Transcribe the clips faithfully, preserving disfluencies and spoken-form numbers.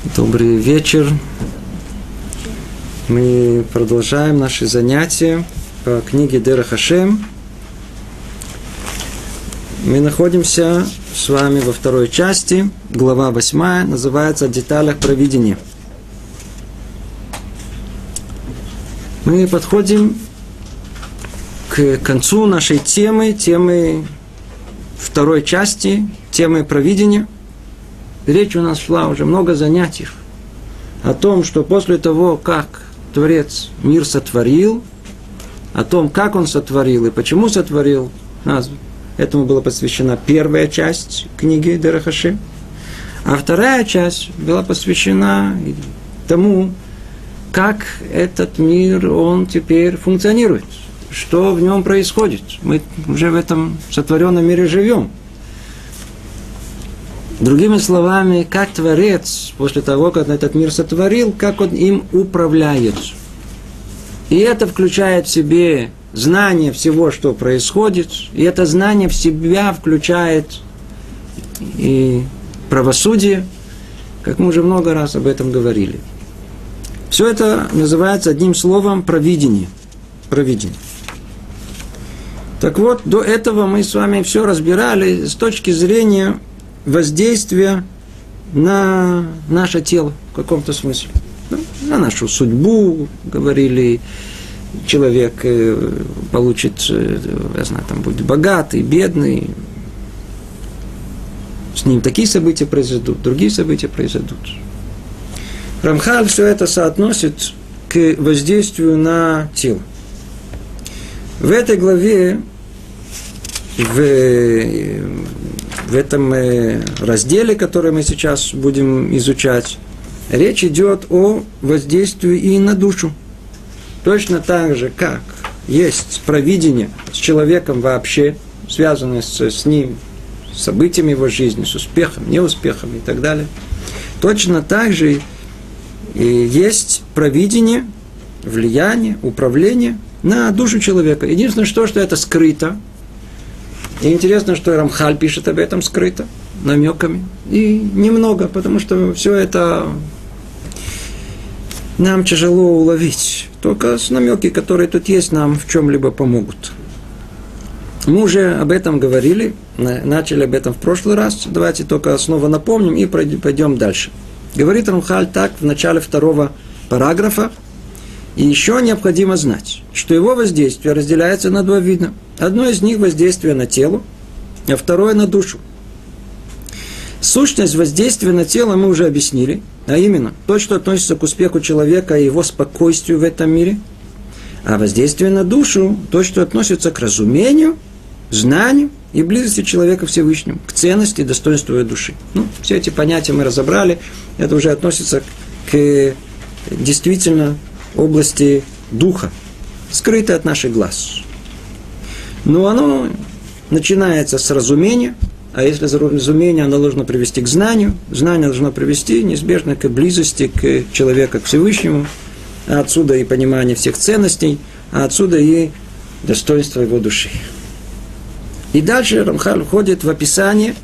Добрый вечер. Мы продолжаем наши занятия по книге Дерех Ашем. Мы находимся с вами во второй части, глава восьмая, называется «О деталях провидения». Мы подходим к концу нашей темы, темы второй части, темы провидения. Речь у нас шла уже много занятий о том, что после того, как Творец мир сотворил, о том, как он сотворил и почему сотворил, этому была посвящена первая часть книги Дерех Ашем, а вторая часть была посвящена тому, как этот мир, он теперь функционирует, что в нем происходит. Мы уже в этом сотворенном мире живем. Другими словами, как Творец, после того, как этот мир сотворил, как он им управляет. И это включает в себе знание всего, что происходит, и это знание в себя включает и правосудие, как мы уже много раз об этом говорили. Все это называется одним словом провидение. Провидение. Так вот, до этого мы с вами все разбирали с точки зрения воздействия на наше тело в каком-то смысле. На нашу судьбу, говорили, человек получит, я знаю, там будет богатый, бедный, с ним такие события произойдут, другие события произойдут. Рамхаль все это соотносит к воздействию на тело. В этой главе, в, в этом разделе, который мы сейчас будем изучать, речь идет о воздействии и на душу. Точно так же, как есть провидение с человеком вообще, связанное с, с ним, с событиями его жизни, с успехом, неуспехом и так далее. Точно так же и есть провидение, влияние, управление на душу человека. Единственное, что, что это скрыто. И интересно, что Рамхаль пишет об этом скрыто, намеками. И немного, потому что все это нам тяжело уловить. Только с намеки, которые тут есть, нам в чем-либо помогут. Мы уже об этом говорили, начали об этом в прошлый раз. Давайте только снова напомним и пойдем дальше. Говорит Рамхаль так в начале второго параграфа. И еще необходимо знать, что его воздействие разделяется на два вида. Одно из них воздействие на тело, а второе на душу. Сущность воздействия на тело мы уже объяснили, а именно то, что относится к успеху человека и его спокойствию в этом мире, а воздействие на душу, то, что относится к разумению, знанию и близости человека к Всевышнему, к ценности и достоинству его души. Ну, все эти понятия мы разобрали, это уже относится к действительно области духа, скрытой от наших глаз. Но оно начинается с разумения, а если разумение, оно должно привести к знанию, знание должно привести неизбежно к близости к человеку, к Всевышнему, а отсюда и понимание всех ценностей, а отсюда и достоинство его души. И дальше Рамхаль входит в описание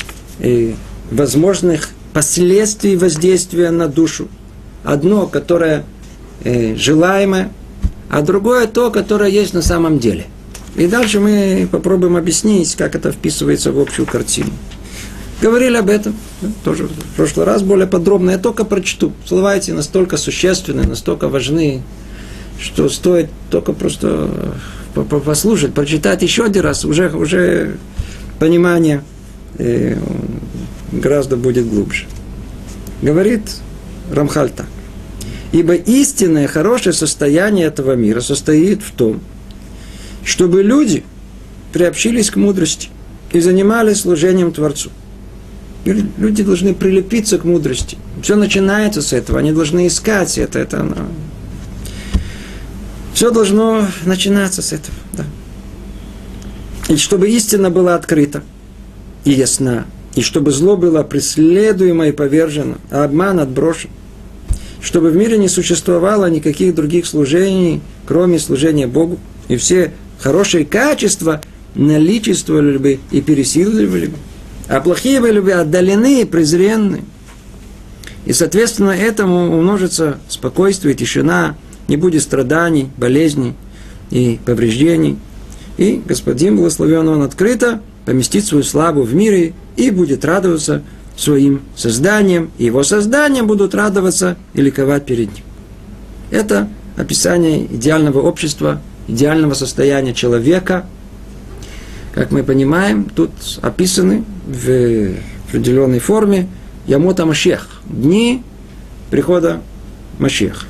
возможных последствий воздействия на душу. Одно, которое желаемое, а другое то, которое есть на самом деле. И дальше мы попробуем объяснить, как это вписывается в общую картину. Говорили об этом, да, тоже в прошлый раз более подробно. Я только прочту. Слова эти настолько существенны, настолько важны, что стоит только просто послушать, прочитать еще один раз, уже, уже понимание э, гораздо будет глубже. Говорит Рамхаль так. Ибо истинное, хорошее состояние этого мира состоит в том, чтобы люди приобщились к мудрости и занимались служением Творцу. И люди должны прилепиться к мудрости. Все начинается с этого, они должны искать это. это оно. Все должно начинаться с этого. Да. И чтобы истина была открыта и ясна, и чтобы зло было преследуемо и повержено, а обман отброшен. Чтобы в мире не существовало никаких других служений, кроме служения Богу, и все хорошие качества наличествовали бы и пересиливали бы, а плохие были бы отдалены и презренны. И, соответственно, этому умножится спокойствие, тишина, не будет страданий, болезней и повреждений. И Господин благословен Он открыто поместит свою славу в мире и будет радоваться своим созданием, и его созданием будут радоваться и ликовать перед ним. Это описание идеального общества, идеального состояния человека. Как мы понимаем, тут описаны в определенной форме Ямот Машиах, дни прихода Машиах.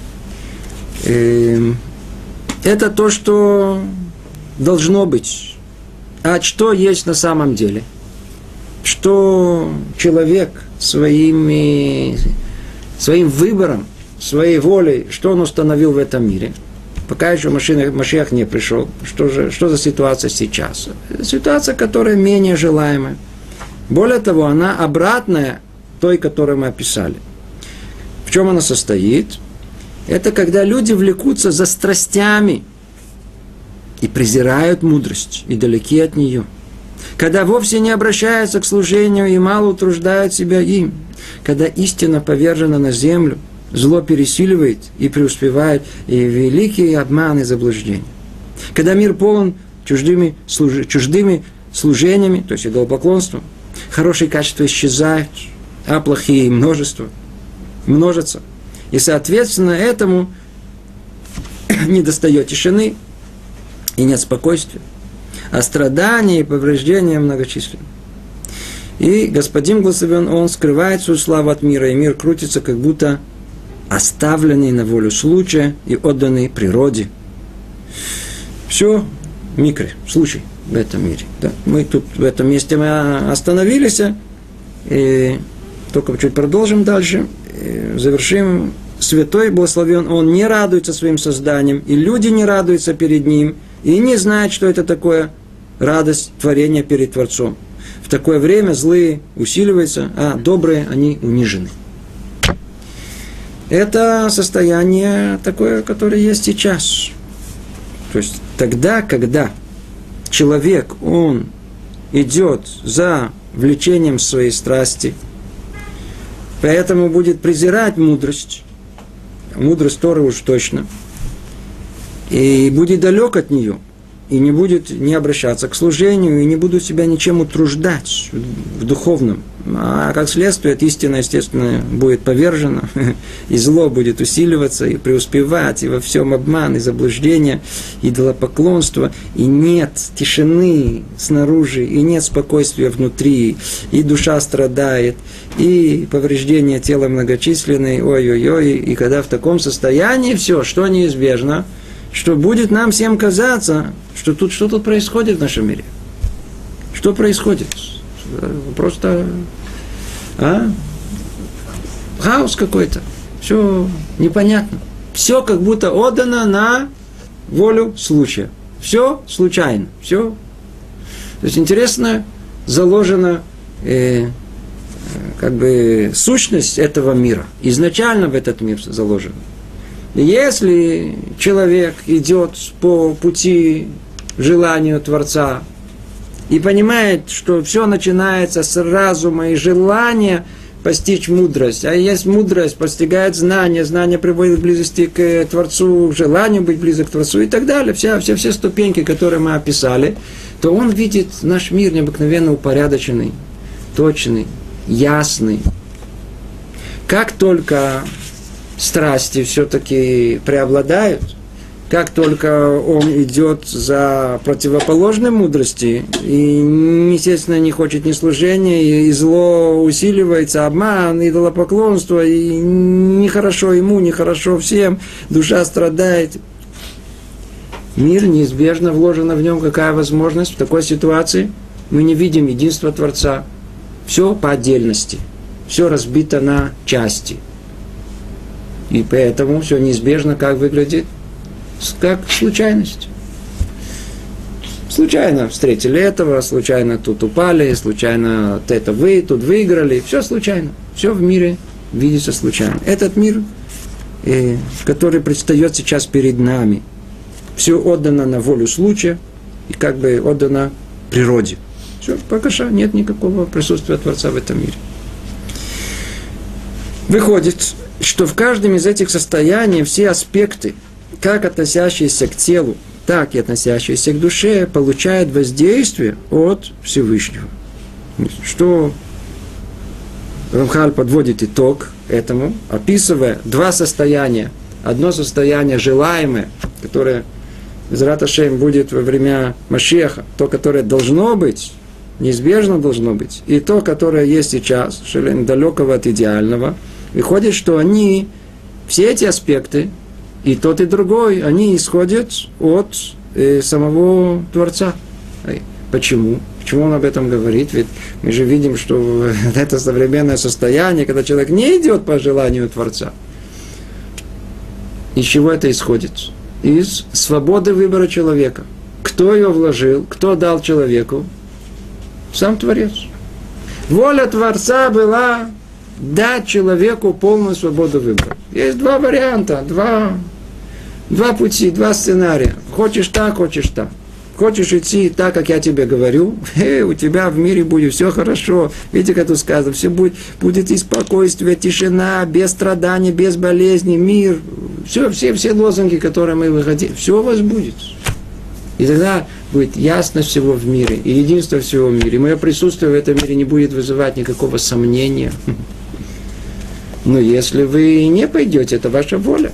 Это то, что должно быть. А что есть на самом деле? Что человек своими, своим выбором, своей волей, что он установил в этом мире? Пока еще Машиах не пришел. Что же, что за ситуация сейчас? Ситуация, которая менее желаемая. Более того, она обратная той, которую мы описали. В чем она состоит? Это когда люди влекутся за страстями и презирают мудрость, и далеки от нее. Когда вовсе не обращаются к служению и мало утруждают себя им. Когда истина повержена на землю, зло пересиливает и преуспевает, и великие обманы и заблуждения. Когда мир полон чуждыми, служ... чуждыми служениями, то есть идолопоклонством, хорошие качества исчезают, а плохие множество, множатся. И, соответственно, этому недостает тишины и нет спокойствия, а страдания и повреждения многочисленны. И Господин благословен, Он скрывает свою славу от мира, и мир крутится, как будто оставленный на волю случая и отданный природе. Все микро, случай в этом мире. Да? Мы тут в этом месте мы остановились, и только чуть продолжим дальше, и завершим. Святой благословен, Он не радуется своим созданием, и люди не радуются перед Ним, и не знают, что это такое радость творения перед Творцом. В такое время злые усиливаются, а добрые, они унижены. Это состояние такое, которое есть сейчас. То есть тогда, когда человек, он идет за влечением своей страсти, поэтому будет презирать мудрость, мудрость Торы уж точно, и будет далек от нее, и не будет не обращаться к служению, и не будет себя ничем утруждать в духовном. А как следствие, истина, естественно, будет повержена, и зло будет усиливаться, и преуспевать, и во всем обман, и заблуждение, и идолопоклонство, и нет тишины снаружи, и нет спокойствия внутри, и душа страдает, и повреждения тела многочисленные, ой-ой-ой, и когда в таком состоянии все, что неизбежно, что будет нам всем казаться, что тут, что тут происходит в нашем мире. Что происходит? Просто а? хаос какой-то. Все непонятно. Все как будто отдано на волю случая. Все случайно. Все. То есть интересно заложена э, как бы сущность этого мира. Изначально в этот мир заложена. Если человек идет по пути желанию Творца и понимает, что все начинается с разума и желания постичь мудрость, а есть мудрость, постигает знание, знание приводит к близости к Творцу, к желанию быть близок к Творцу и так далее, все, все, все ступеньки, которые мы описали, то он видит наш мир необыкновенно упорядоченный, точный, ясный. Как только страсти все-таки преобладают, как только он идет за противоположной мудрости, и, естественно, не хочет ни служения, и зло усиливается, обман, идолопоклонство, и нехорошо ему, нехорошо всем, душа страдает. Мир неизбежно вложена в нем какая возможность в такой ситуации? Мы не видим единства Творца. Все по отдельности, все разбито на части. И поэтому все неизбежно как выглядит? Как случайность. Случайно встретили этого, случайно тут упали, случайно это вы, тут выиграли. Все случайно. Все в мире видится случайно. Этот мир, который предстает сейчас перед нами, все отдано на волю случая и как бы отдано природе. Все, пока что нет никакого присутствия Творца в этом мире. Выходит, что в каждом из этих состояний все аспекты, как относящиеся к телу, так и относящиеся к душе, получают воздействие от Всевышнего. Что Рамхаль подводит итог этому, описывая два состояния. Одно состояние желаемое, которое Безрат Ашем будет во время Машеха, то, которое должно быть, неизбежно должно быть, и то, которое есть сейчас, далекого от идеального. Выходит, что они, все эти аспекты, и тот, и другой, они исходят от э, самого Творца. Почему? Почему он об этом говорит? Ведь мы же видим, что это современное состояние, когда человек не идет по желанию Творца. Из чего это исходит? Из свободы выбора человека. Кто ее вложил? Кто дал человеку? Сам Творец. Воля Творца была дать человеку полную свободу выбора. Есть два варианта, два, два пути, два сценария. Хочешь так, хочешь так. Хочешь идти так, как я тебе говорю, э, у тебя в мире будет все хорошо. Видите, как тут сказано, все будет, будет и спокойствие, тишина, без страданий, без болезней, мир. Все, все, все лозунги, которые мы выходим, все у вас будет. И тогда будет ясность всего в мире, и единство всего в мире. И мое присутствие в этом мире не будет вызывать никакого сомнения. Но если вы не пойдете, это ваша воля.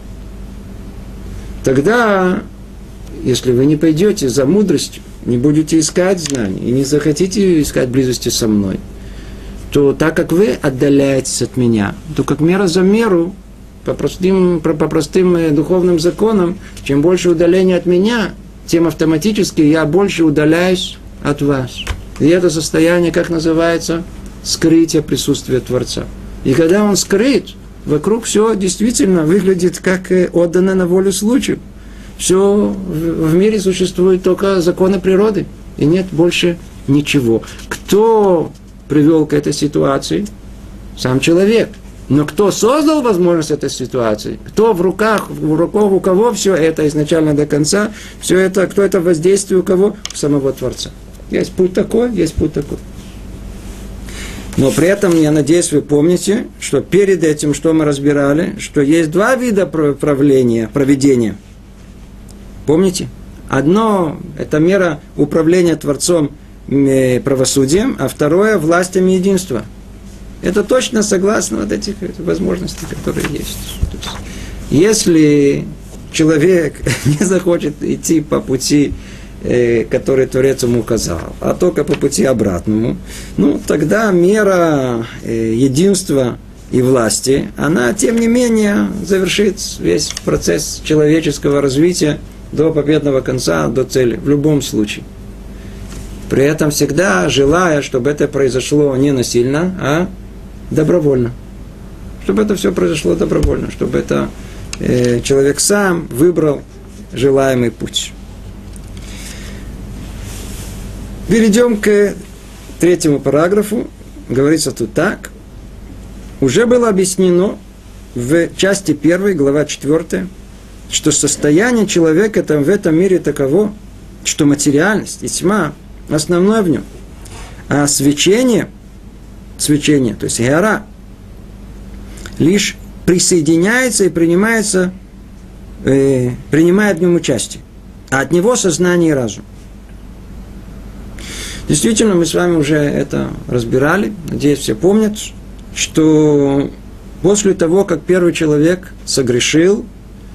Тогда, если вы не пойдете за мудростью, не будете искать знаний, и не захотите искать близости со мной, то так как вы отдаляетесь от меня, то как мера за меру, по простым, по простым духовным законам, чем больше удаления от меня, тем автоматически я больше удаляюсь от вас. И это состояние, как называется, скрытие присутствия Творца. И когда он скрыт, вокруг все действительно выглядит как отдано на волю случаю. Все в мире существует только законы природы, и нет больше ничего. Кто привел к этой ситуации? Сам человек. Но кто создал возможность этой ситуации? Кто в руках, в руках у кого все это изначально до конца? Все это, кто это воздействие у кого? У самого Творца. Есть путь такой, есть путь такой. Но при этом, я надеюсь, вы помните, что перед этим, что мы разбирали, что есть два вида правления, проведения. Помните? Одно – это мера управления Творцом правосудием, а второе – властями единства. Это точно согласно вот этих возможностей, которые есть. То есть, если человек не захочет идти по пути, э, который Творец ему указал, а только по пути обратному, ну, тогда мера э, единства и власти, она, тем не менее, завершит весь процесс человеческого развития до победного конца, до цели, в любом случае. При этом всегда желая, чтобы это произошло не насильно, а добровольно. Чтобы это все произошло добровольно, чтобы это э, человек сам выбрал желаемый путь. Перейдем к третьему параграфу. Говорится тут так. Уже было объяснено в части первой, глава четвёртая, что состояние человека в этом мире таково, что материальность и тьма основное в нем. А свечение свечение, то есть геара, лишь присоединяется и принимается, э, принимает в нем участие. А от него сознание и разум. Действительно, мы с вами уже это разбирали, надеюсь, все помнят, что после того, как первый человек согрешил,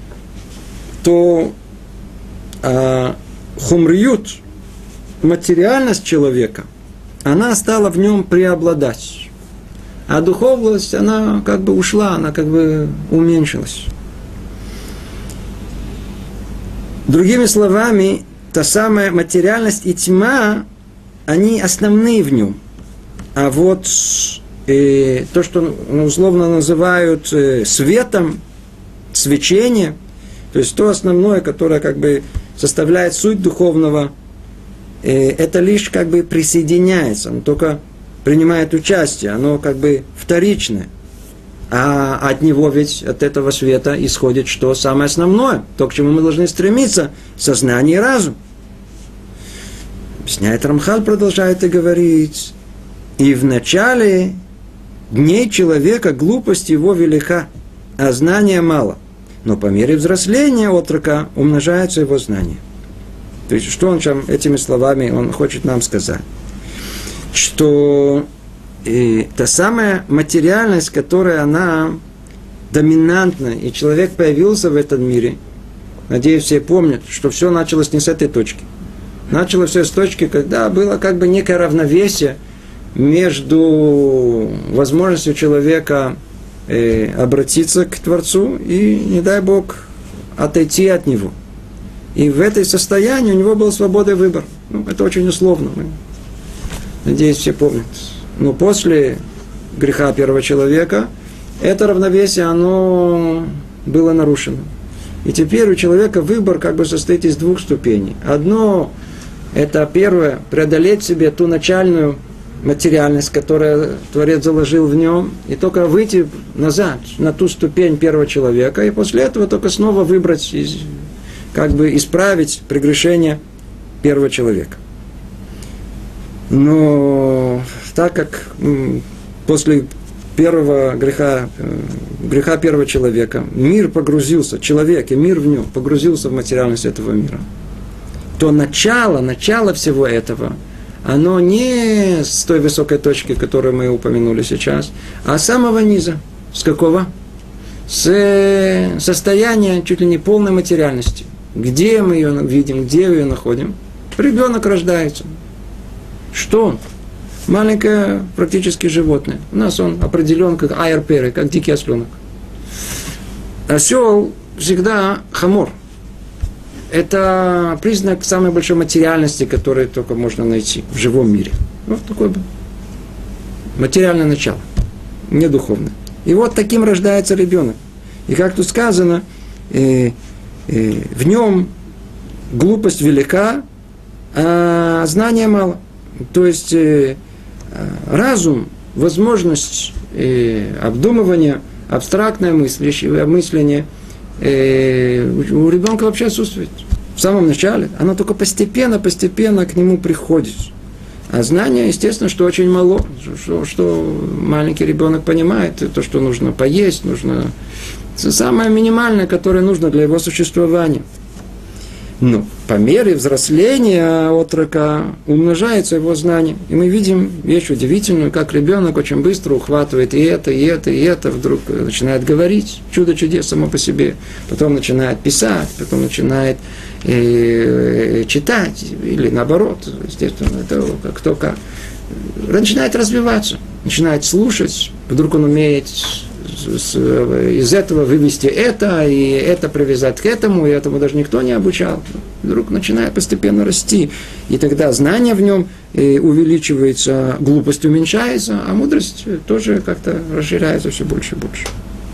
то э, хумриют, материальность человека, она стала в нем преобладать. А духовность, она как бы ушла, она как бы уменьшилась. Другими словами, та самая материальность и тьма, они основные в нем. А вот э, то, что условно называют э, светом, свечение, то есть то основное, которое как бы составляет суть духовного, это лишь как бы присоединяется, оно только принимает участие, оно как бы вторичное. А от него ведь, от этого света исходит что? Самое основное, то, к чему мы должны стремиться, сознание и разум. Объясняет Рамхаль, продолжает и говорить, и вначале дней человека глупость его велика, а знания мало. Но по мере взросления отрока умножаются его знания. То есть, что он там этими словами он хочет нам сказать? Что э, та самая материальность, которая она доминантна, и человек появился в этом мире, надеюсь, все помнят, что все началось не с этой точки. Началось все с точки, когда было как бы некое равновесие между возможностью человека э, обратиться к Творцу и, не дай Бог, отойти от Него. И в этой состоянии у него был свободный выбор. Ну, это очень условно. Надеюсь, все помнят. Но после греха первого человека это равновесие, оно было нарушено. И теперь у человека выбор как бы состоит из двух ступеней. Одно – это первое – преодолеть в себе ту начальную материальность, которую Творец заложил в нем, и только выйти назад, на ту ступень первого человека, и после этого только снова выбрать, как бы исправить прегрешение первого человека. Но так как после первого греха, греха первого человека мир погрузился, человек и мир в нем погрузился в материальность этого мира, то начало, начало всего этого, оно не с той высокой точки, которую мы упомянули сейчас, а с самого низа. С какого? С состояния чуть ли не полной материальности. Где мы ее видим, где мы ее находим? Ребенок рождается. Что он? Маленькое практически животное. У нас он определен как айрперы, как дикий осленок. Осел всегда хамор. Это признак самой большой материальности, которую только можно найти в живом мире. Вот такое материальное начало, не духовное. И вот таким рождается ребенок. И как тут сказано, э, э, в нем глупость велика, а знания мало. То есть э, разум, возможность э, обдумывания, абстрактное мысление, мысление э, у ребенка вообще отсутствует. В самом начале оно только постепенно, постепенно к нему приходит. А знание, естественно, что очень мало, что, что маленький ребенок понимает, то, что нужно поесть, нужно... Это самое минимальное, которое нужно для его существования. Но по мере взросления отрока умножается его знание. И мы видим вещь удивительную, как ребенок очень быстро ухватывает и это, и это, и это, вдруг начинает говорить, чудо-чудес само по себе, потом начинает писать, потом начинает э, читать, или наоборот, естественно, это как кто как. Начинает развиваться, начинает слушать, вдруг он умеет из этого вывести это, и это привязать к этому, и этому даже никто не обучал. Вдруг начинает постепенно расти. И тогда знание в нем увеличивается, глупость уменьшается, а мудрость тоже как-то расширяется все больше и больше.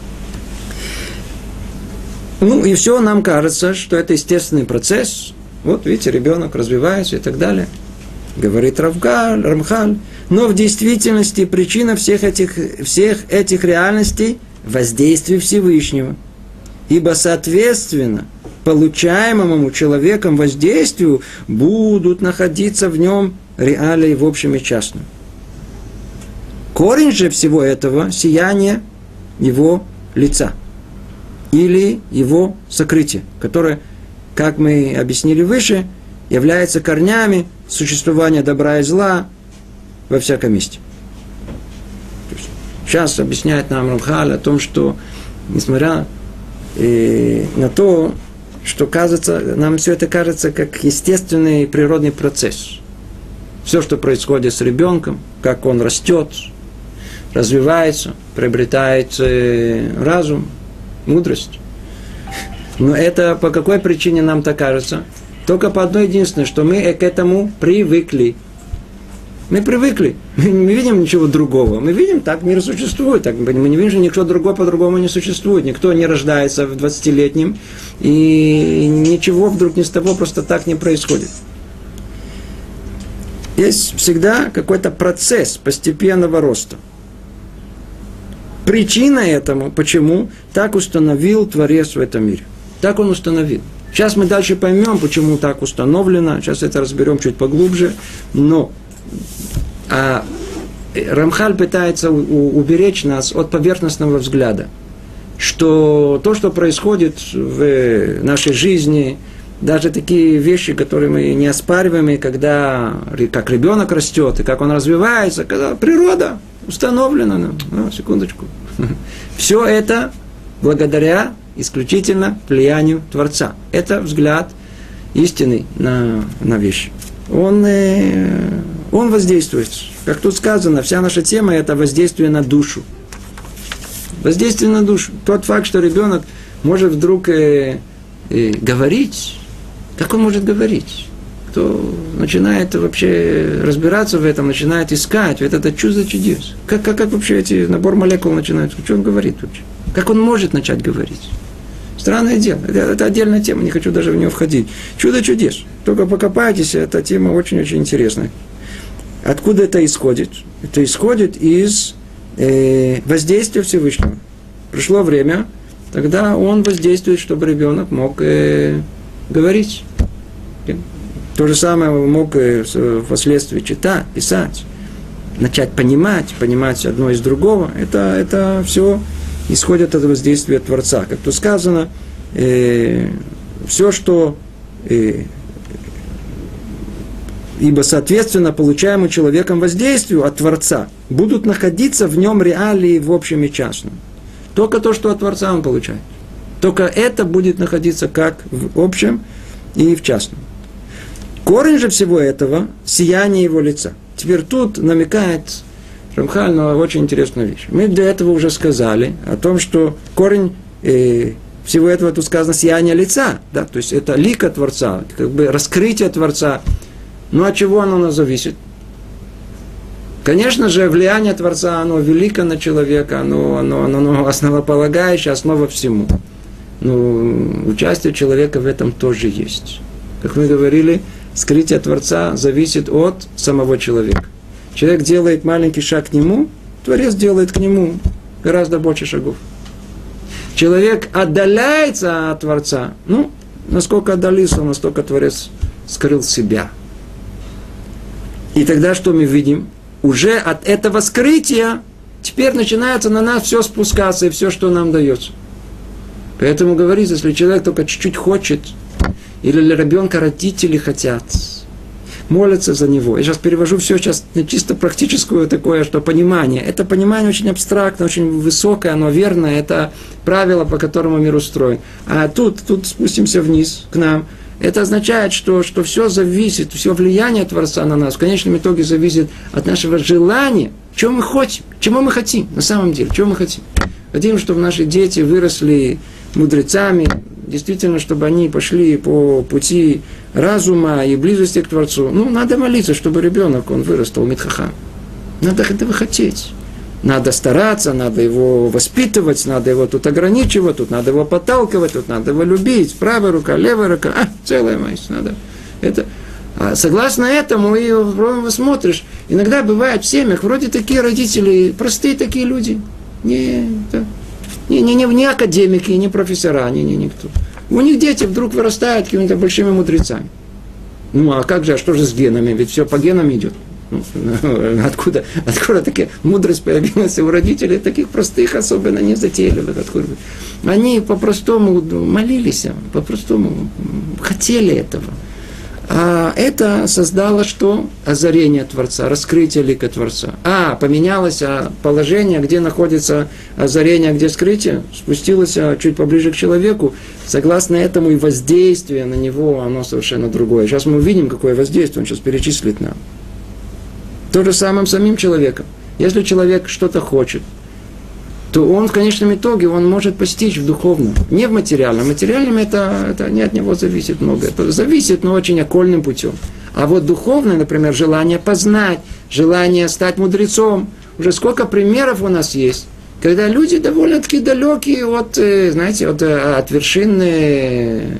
Ну, и все нам кажется, что это естественный процесс. Вот, видите, ребенок развивается и так далее. Говорит Равгаль, Рамхаль. Но в действительности причина всех этих, всех этих реальностей – воздействие Всевышнего. Ибо, соответственно, получаемому человеком воздействию будут находиться в нем реалии в общем и частном. Корень же всего этого – сияние его лица или его сокрытие, которое, как мы объяснили выше, является корнями существования добра и зла во всяком месте. Сейчас объясняет нам Рамхаль о том, что, несмотря э, на то, что кажется, нам все это кажется как естественный природный процесс. Все, что происходит с ребенком, как он растет, развивается, приобретает э, разум, мудрость. Но это по какой причине нам так кажется? Только по одной единственной, что мы к этому привыкли. Мы привыкли. Мы не видим ничего другого. Мы видим, так мир существует. Так, мы не видим, что никто другой по-другому не существует. Никто не рождается в двадцатилетнем. И ничего вдруг ни с того просто так не происходит. Есть всегда какой-то процесс постепенного роста. Причина этому, почему так установил Творец в этом мире. Так он установил. Сейчас мы дальше поймем, почему так установлено. Сейчас это разберем чуть поглубже. Но а Рамхаль пытается уберечь нас от поверхностного взгляда, что то, что происходит в нашей жизни, даже такие вещи, которые мы не оспариваем, и когда как ребенок растет, и как он развивается, когда природа установлена, ну, ну, секундочку, все это благодаря исключительно влиянию Творца. Это взгляд истинный на, на вещи. Он, э, он воздействует. Как тут сказано, вся наша тема – это воздействие на душу. Воздействие на душу. Тот факт, что ребенок может вдруг э, э, говорить, как он может говорить? Кто начинает вообще разбираться в этом, начинает искать, это, это чудо чудес. Как, как, как вообще эти набор молекул начинают? Что он говорит вообще? Как он может начать говорить? Странное дело. Это, это отдельная тема, не хочу даже в нее входить. Чудо чудес. Только покопайтесь, эта тема очень-очень интересная. Откуда это исходит? Это исходит из э, воздействия Всевышнего. Пришло время, тогда он воздействует, чтобы ребенок мог э, говорить. То же самое он мог э, впоследствии читать, писать, начать понимать, понимать одно из другого. Это, это все исходит от воздействия Творца. Как тут сказано, э, все, что... Э, ибо, соответственно, получаемому человеком воздействию от Творца будут находиться в нем реалии в общем и частном. Только то, что от Творца он получает. Только это будет находиться как в общем и в частном. Корень же всего этого – сияние его лица. Теперь тут намекает Рамхаль на очень интересную вещь. Мы до этого уже сказали о том, что корень э, всего этого тут сказано сияние лица. Да? То есть это лика Творца, как бы раскрытие Творца. Ну, от чего оно у нас зависит? Конечно же, влияние Творца, оно велико на человека, оно, оно, оно, оно основополагающее, основа всему. Но участие человека в этом тоже есть. Как мы говорили, скрытие Творца зависит от самого человека. Человек делает маленький шаг к нему, Творец делает к нему гораздо больше шагов. Человек отдаляется от Творца, ну, насколько отдалился, настолько Творец скрыл себя. И тогда что мы видим? Уже от этого скрытия теперь начинается на нас все спускаться, и все, что нам дается. Поэтому говорится, если человек только чуть-чуть хочет, или для ребенка родители хотят, молятся за него. Я сейчас перевожу все сейчас на чисто практическое такое, что понимание. Это понимание очень абстрактное, очень высокое, оно верное, это правило, по которому мир устроен. А тут, тут спустимся вниз к нам. Это означает, что, что все зависит, все влияние Творца на нас в конечном итоге зависит от нашего желания, чего мы хотим, чего мы хотим, на самом деле, чего мы хотим. Хотим, чтобы наши дети выросли мудрецами, действительно, чтобы они пошли по пути разума и близости к Творцу. Ну, надо молиться, чтобы ребенок, он вырос, талмид хахам. Надо этого хотеть. Надо стараться, надо его воспитывать, надо его тут ограничивать, тут надо его подталкивать, тут надо его любить. Правая рука, левая рука, а, целая масть, надо. Это. А согласно этому, и смотришь, иногда бывает в семьях, вроде такие родители, простые такие люди. Не, да, не, не, не, не академики, не профессора, не, не никто. У них дети вдруг вырастают какими-то большими мудрецами. Ну, а как же, а что же с генами? Ведь все по генам идет. Откуда, откуда такая мудрость появилась у родителей, таких простых, особенно не затейливых. Откуда? Они по-простому молились, по-простому хотели этого. А это создало что? Озарение Творца, раскрытие лика Творца. А, поменялось положение, где находится озарение, где скрытие, спустилось чуть поближе к человеку. Согласно этому и воздействие на него, оно совершенно другое. Сейчас мы увидим, какое воздействие он сейчас перечислит нам. То же самым самим человеком. Если человек что-то хочет, то он в конечном итоге он может постичь в духовном, не в материальном. В материальном это, это не от него зависит много. Это зависит, но очень окольным путем. А вот духовное, например, желание познать, желание стать мудрецом. Уже сколько примеров у нас есть, когда люди довольно-таки далекие от, знаете, от, от вершины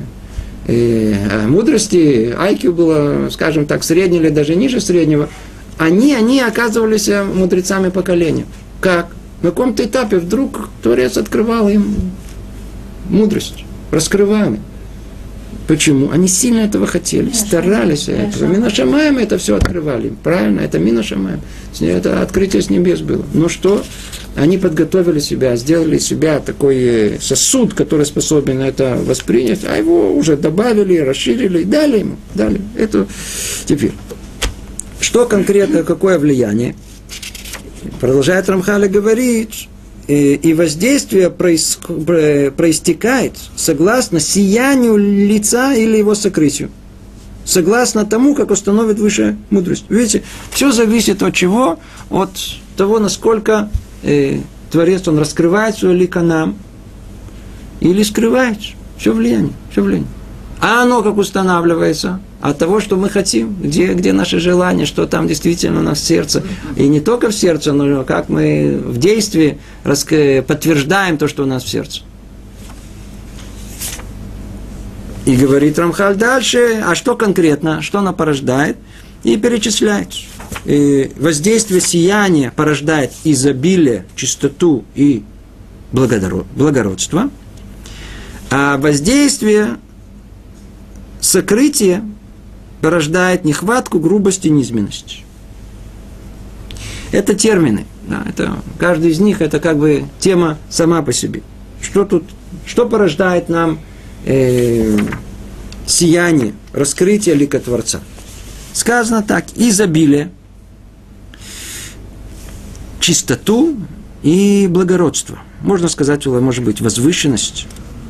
э, мудрости. ай кью было, скажем так, среднее или даже ниже среднего. Они, они оказывались мудрецами поколения. Как? На каком-то этапе вдруг Творец открывал им мудрость, раскрывал. Почему? Они сильно этого хотели, старались. Мина Шамаем это все открывали. Правильно, это Мина Шамаем. Это открытие с небес было. Но что? Они подготовили себя, сделали из себя такой сосуд, который способен это воспринять, а его уже добавили, расширили, и дали ему. Дали. Это теперь. Что конкретно, какое влияние? Продолжает Рамхаль говорить, и воздействие проистекает согласно сиянию лица или его сокрытию. Согласно тому, как установит высшая мудрость. Видите, все зависит от чего? От того, насколько э, Творец, он раскрывает свое лико нам или скрывает. Все влияние, все влияние. А оно как устанавливается? От того, что мы хотим, где, где наше желание, что там действительно у нас в сердце. И не только в сердце, но как мы в действии подтверждаем то, что у нас в сердце. И говорит Рамхаль дальше, а что конкретно, что она порождает? И перечисляет. И воздействие сияния порождает изобилие, чистоту и благородство. А воздействие сокрытия порождает нехватку, грубость и низменность. Это термины. Да, это, каждый из них это как бы тема сама по себе. Что тут, что порождает нам э, сияние, раскрытие лика Творца? Сказано так: изобилие, чистоту и благородство. Можно сказать, может быть, возвышенность.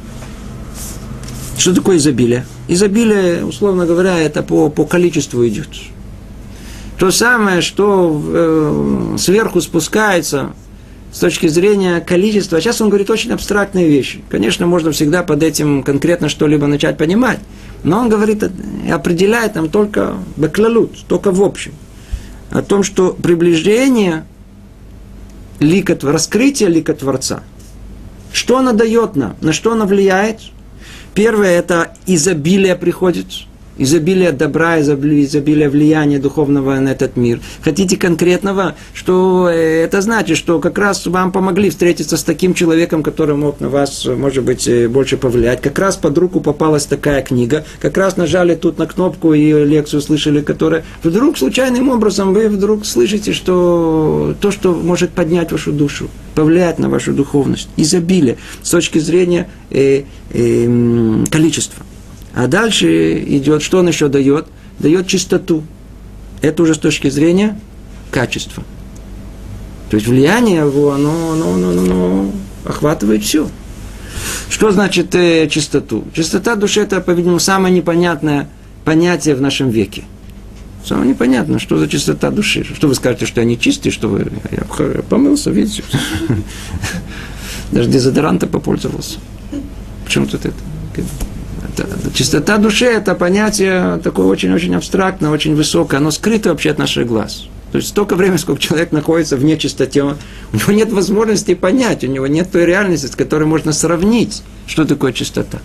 Что такое изобилие? Изобилие, условно говоря, это по, по количеству идет. То самое, что э, сверху спускается с точки зрения количества. Сейчас он говорит очень абстрактные вещи. Конечно, можно всегда под этим конкретно что-либо начать понимать. Но он говорит, определяет нам только баклалут, только в общем. О том, что приближение лика, раскрытие лика Творца. Что оно дает нам? На что оно влияет? Первое – это изобилие приходит. Изобилие добра, изобилие влияния духовного на этот мир. Хотите конкретного, что это значит, что как раз вам помогли встретиться с таким человеком, который мог на вас, может быть, больше повлиять. Как раз под руку попалась такая книга. Как раз нажали тут на кнопку и лекцию слышали, которая... Вдруг случайным образом вы вдруг слышите, что то, что может поднять вашу душу, повлиять на вашу духовность. Изобилие с точки зрения э, э, количества. А дальше идет, что он еще дает? Дает чистоту. Это уже с точки зрения качества. То есть влияние его, оно, оно, оно, оно охватывает все. Что значит э, чистоту? Чистота души – это, по-видимому, самое непонятное понятие в нашем веке. Самое непонятно, что за чистота души. Что вы скажете, что я не чистый, что вы... Я помылся, видите? Даже дезодоранта попользовался. Почему тут это? Чистота души – это понятие такое очень-очень абстрактное, очень высокое. Оно скрыто вообще от наших глаз. То есть столько времени, сколько человек находится в нечистоте, у него нет возможности понять, у него нет той реальности, с которой можно сравнить, что такое чистота.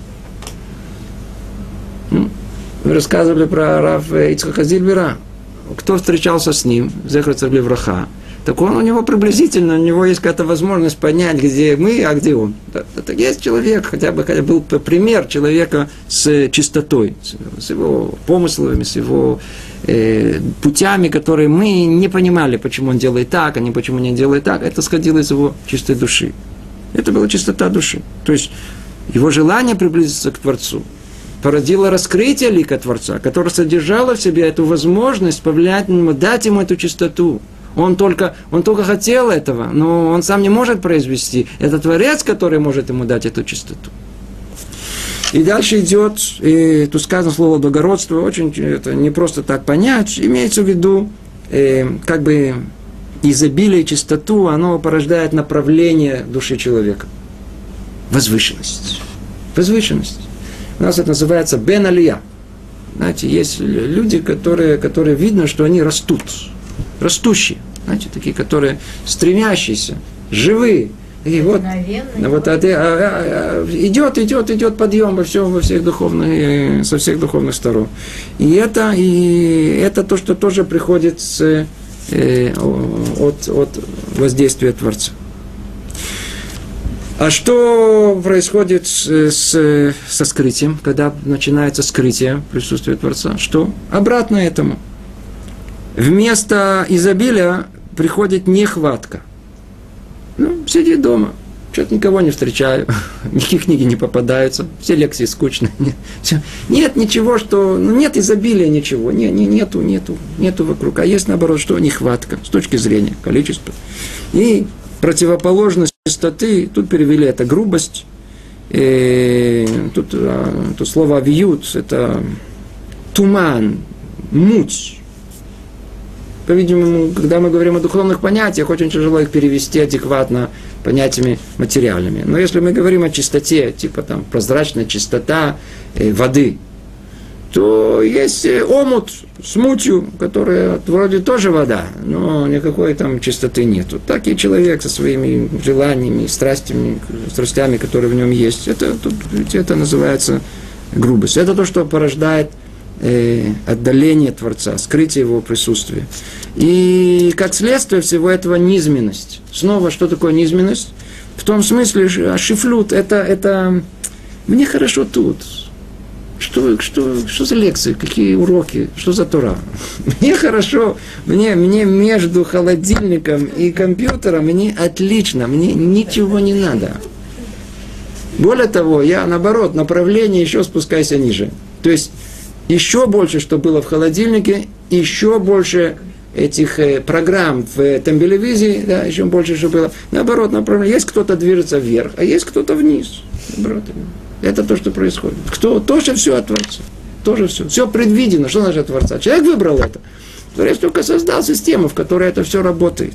Ну, вы рассказывали про Рав Ицхака Зильбера. Кто встречался с ним, зехер царь левраха, так он у него приблизительно, у него есть какая-то возможность понять, где мы, а где он. Это есть человек, хотя бы, хотя бы был пример человека с чистотой, с его помыслами, с его э, путями, которые мы не понимали, почему он делает так, а не почему не делает так. Это сходило из его чистой души. Это была чистота души. То есть его желание приблизиться к Творцу породило раскрытие лика Творца, которое содержало в себе эту возможность повлиять на него, дать ему эту чистоту. Он только, он только хотел этого, но он сам не может произвести. Это Творец, который может ему дать эту чистоту. И дальше идет, и тут сказано слово благородство, очень это не просто так понять, имеется в виду, э, как бы изобилие, чистоту, оно порождает направление души человека. Возвышенность. Возвышенность. У нас это называется бен алия. Знаете, есть люди, которые, которые видно, что они растут. Растущие, знаете, такие, которые стремящиеся, живые. И вот, вот а, а, а, идет, идет, идет подъем во, всем, во всех духовных, со всех духовных сторон. И это, и это то, что тоже приходит с, э, от, от воздействия Творца. А что происходит с, с, со скрытием, когда начинается скрытие присутствия Творца? Что? Обратно этому. Вместо изобилия приходит нехватка. Ну, сиди дома. Что-то никого не встречаю, никакие книги не попадаются, все лекции скучные. Нет, все. Нет ничего, что... Ну, нет изобилия ничего, не, не, нету, нету, нету вокруг. А есть, наоборот, что нехватка с точки зрения количества. И противоположность чистоты, тут перевели это грубость, и тут, тут слово «авиют» – это туман, муть. По-видимому, когда мы говорим о духовных понятиях, очень тяжело их перевести адекватно понятиями материальными. Но если мы говорим о чистоте, типа там прозрачная чистота э, воды, то есть омут с мутью, которая вроде тоже вода, но никакой там чистоты нету. Так и человек со своими желаниями, страстями, страстями, которые в нем есть. Это, тут, это называется грубость. Это то, что порождает э, отдаление Творца, скрытие его присутствия. И как следствие всего этого низменность. Снова, что такое низменность? В том смысле, шифлют, это, это мне хорошо тут. Что, что, что за лекции, какие уроки, что за Тора? Мне хорошо, мне, мне между холодильником и компьютером, мне отлично, мне ничего не надо. Более того, я, наоборот, направление еще спускайся ниже. То есть, еще больше, что было в холодильнике, еще больше этих э, программ в тембелевизии, да, еще больше, что было. Наоборот, направление. Есть кто-то движется вверх, а есть кто-то вниз. Наоборот. Это то, что происходит. Кто? Тоже все от Творца. Тоже все. Все предвидено. Что значит от Творца? Человек выбрал это. Творец только создал систему, в которой это все работает.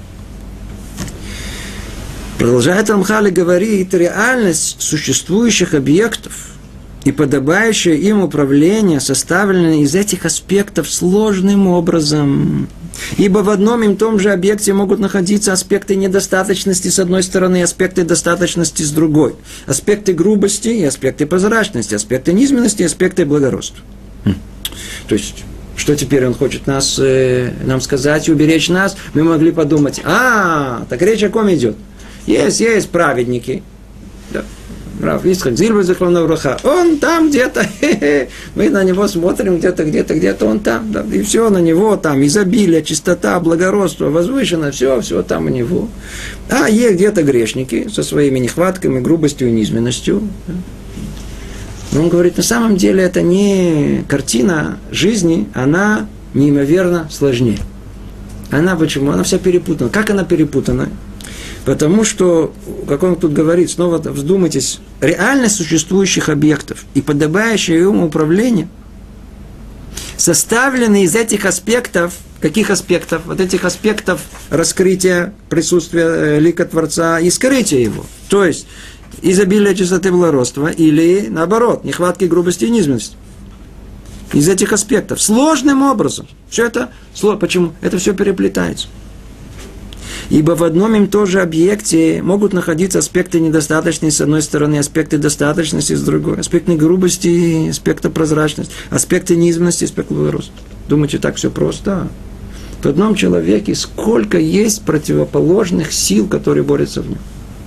Продолжает Рамхаль говорить, реальность существующих объектов и подобающее им управление составлены из этих аспектов сложным образом. Ибо в одном и том же объекте могут находиться аспекты недостаточности с одной стороны и аспекты достаточности с другой. Аспекты грубости и аспекты прозрачности, аспекты низменности и аспекты благородства. Хм. То есть, что теперь он хочет нас, э, нам сказать и уберечь нас? Мы могли подумать, а, так речь о ком идет? Есть, есть праведники. Да. Рав Ицхак Зильбер зихроно левраха. Он там где-то, мы на него смотрим где-то, где-то, где-то он там, да, и все на него там, изобилие, чистота, благородство, возвышенно, все, все там у него. А есть где-то грешники со своими нехватками, грубостью и низменностью. Но он говорит, на самом деле это не картина жизни, она неимоверно сложнее. Она почему? Она вся перепутана. Как она перепутана? Потому что, как он тут говорит, снова вздумайтесь, реальность существующих объектов и подобающее ему управление составлены из этих аспектов, каких аспектов? Вот этих аспектов раскрытия присутствия лика Творца и скрытия его. То есть, изобилие чистоты благородства или, наоборот, нехватки грубости и низменности. Из этих аспектов. Сложным образом. Все это, почему? Это все переплетается. Ибо в одном и том же объекте могут находиться аспекты недостаточности с одной стороны, аспекты достаточности с другой, аспекты грубости, аспекты прозрачности, аспекты низменности, аспекты благородства. Думаете, так все просто? В одном человеке сколько есть противоположных сил, которые борются в нем.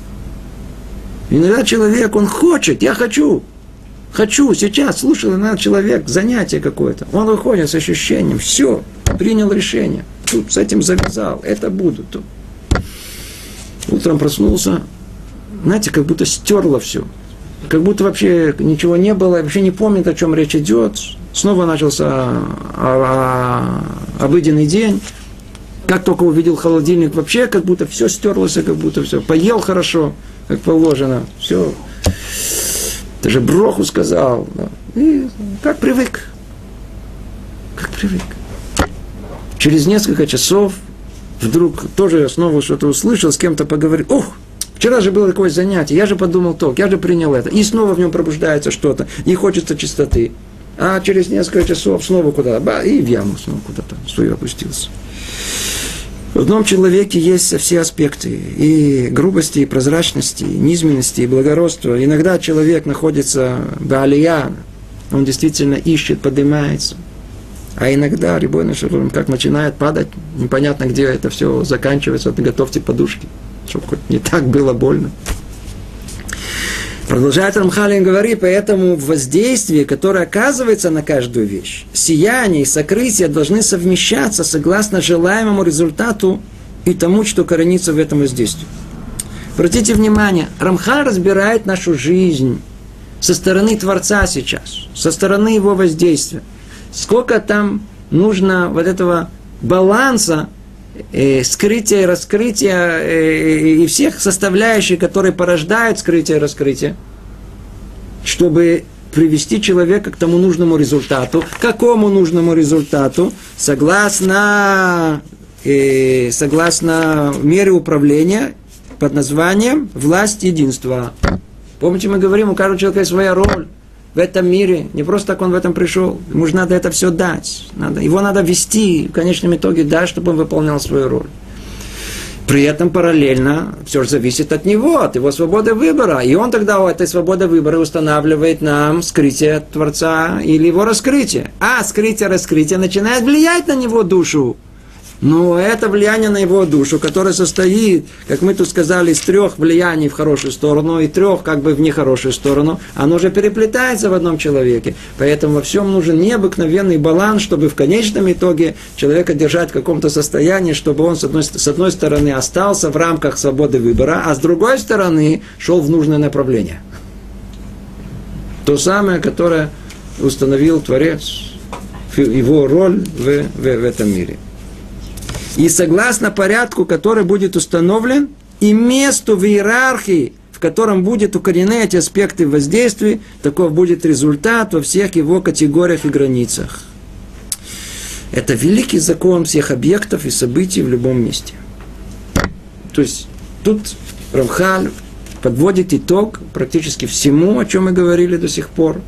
Иногда человек, он хочет, я хочу, хочу, сейчас, слушал иногда человек, занятие какое-то, он выходит с ощущением, все, принял решение, тут с этим завязал, это буду, тут. Утром проснулся, знаете, как будто стерло все. Как будто вообще ничего не было, вообще не помнит, о чем речь идет. Снова начался обыденный день. Как только увидел холодильник, вообще как будто все стерлось, как будто все. Поел хорошо, как положено. Все. Даже броху сказал. И как привык. Как привык. Через несколько часов вдруг тоже снова что-то услышал, с кем-то поговорил. Ух, вчера же было такое занятие, я же подумал то, я же принял это. И снова в нем пробуждается что-то, и хочется чистоты. А через несколько часов снова куда-то, ба, и в яму снова куда-то свою опустился. В одном человеке есть все аспекты, и грубости, и прозрачности, и низменности, и благородства. Иногда человек находится в алия, он действительно ищет, поднимается. А иногда, рибойный шалом, как начинает падать, непонятно, где это все заканчивается, вот готовьте подушки, чтобы хоть не так было больно. Продолжает Рамхаль говорить, поэтому воздействие, которое оказывается на каждую вещь, сияние и сокрытие должны совмещаться согласно желаемому результату и тому, что коренится в этом воздействии. Обратите внимание, Рамхаль разбирает нашу жизнь со стороны Творца сейчас, со стороны его воздействия. Сколько там нужно вот этого баланса, э, скрытия и раскрытия, э, и всех составляющих, которые порождают скрытие и раскрытие, чтобы привести человека к тому нужному результату. Какому нужному результату? Согласно, э, согласно мере управления под названием «власть единства». Помните, мы говорим, у каждого человека есть своя роль в этом мире. Не просто так он в этом пришел. Ему же надо это все дать. Надо, его надо вести, в конечном итоге дать, чтобы он выполнял свою роль. При этом параллельно все же зависит от него, от его свободы выбора. И он тогда у этой свободы выбора устанавливает нам скрытие Творца или его раскрытие. А скрытие-раскрытие начинает влиять на него душу. Но это влияние на его душу, которое состоит, как мы тут сказали, из трех влияний в хорошую сторону и трех как бы в нехорошую сторону, оно же переплетается в одном человеке. Поэтому во всем нужен необыкновенный баланс, чтобы в конечном итоге человека держать в каком-то состоянии, чтобы он с одной, с одной стороны остался в рамках свободы выбора, а с другой стороны шел в нужное направление. То самое, которое установил Творец, его роль в, в, в этом мире. И согласно порядку, который будет установлен, и месту в иерархии, в котором будет укорены эти аспекты воздействия, таков будет результат во всех его категориях и границах. Это великий закон всех объектов и событий в любом месте. То есть тут Рамхаль подводит итог практически всему, о чем мы говорили до сих пор.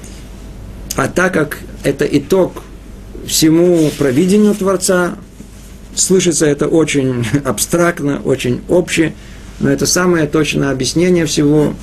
А так как это итог всему провидению Творца, слышится это очень абстрактно, очень обще, но это самое точное объяснение всего,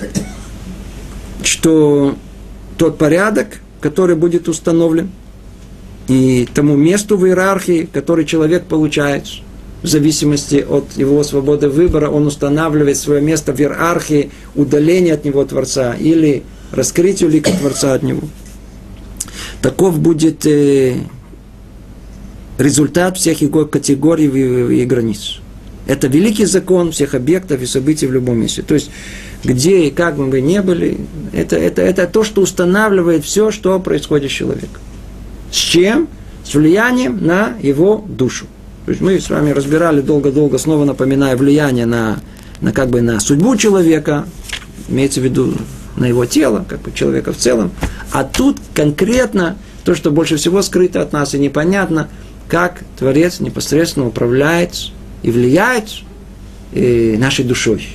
что тот порядок, который будет установлен, и тому месту в иерархии, который человек получает, в зависимости от его свободы выбора, он устанавливает свое место в иерархии удаления от него Творца или раскрытию лика Творца от него. Таков будет э, результат всех его категорий и, и границ. Это великий закон всех объектов и событий в любом месте. То есть, где и как мы бы ни были, это, это, это то, что устанавливает все, что происходит с человеком. С чем? С влиянием на его душу. То есть, мы с вами разбирали долго-долго, снова напоминая, влияние на, на, как бы, на судьбу человека, имеется в виду на его тело, как бы человека в целом. А тут конкретно то, что больше всего скрыто от нас и непонятно, как Творец непосредственно управляет и влияет и нашей душой.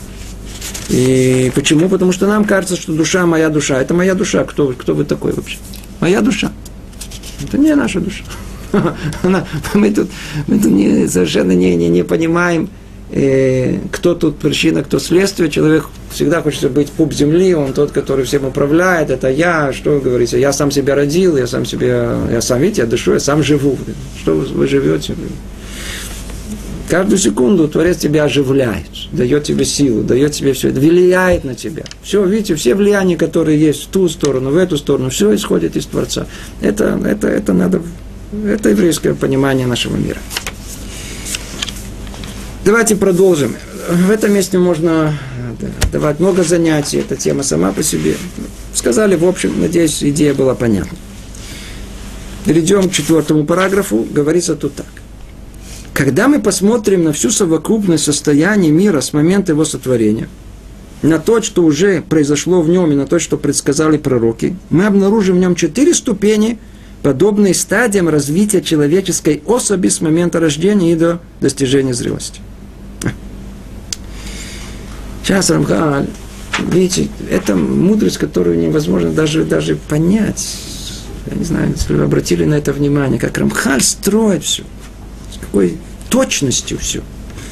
И почему? Потому что нам кажется, что душа моя душа. Это моя душа. Кто, кто вы такой вообще? Моя душа. Это не наша душа. Мы тут, мы тут не, совершенно не, не, не понимаем, э, кто тут причина, кто следствие. Человек всегда хочет быть пуп земли, он тот, который всем управляет. Это я, что говорится, я сам себя родил, я сам себя, я сам, видите, я дышу, я сам живу. Что вы, вы живете? Каждую секунду Творец тебя оживляет, дает тебе силу, дает тебе все это, влияет на тебя. Все, видите, все влияния, которые есть в ту сторону, в эту сторону, все исходит из Творца. Это, это, это надо, это еврейское понимание нашего мира. Давайте продолжим. В этом месте можно давать много занятий, эта тема сама по себе. Сказали, в общем, надеюсь, идея была понятна. Перейдем к четвертому параграфу, говорится тут так. Когда мы посмотрим на всю совокупность состояния мира с момента его сотворения, на то, что уже произошло в нем, и на то, что предсказали пророки, мы обнаружим в нем четыре ступени, подобные стадиям развития человеческой особи с момента рождения и до достижения зрелости. Сейчас Рамхаль, видите, это мудрость, которую невозможно даже, даже понять. Я не знаю, если вы обратили на это внимание, как Рамхаль строит все. С какой точностью все.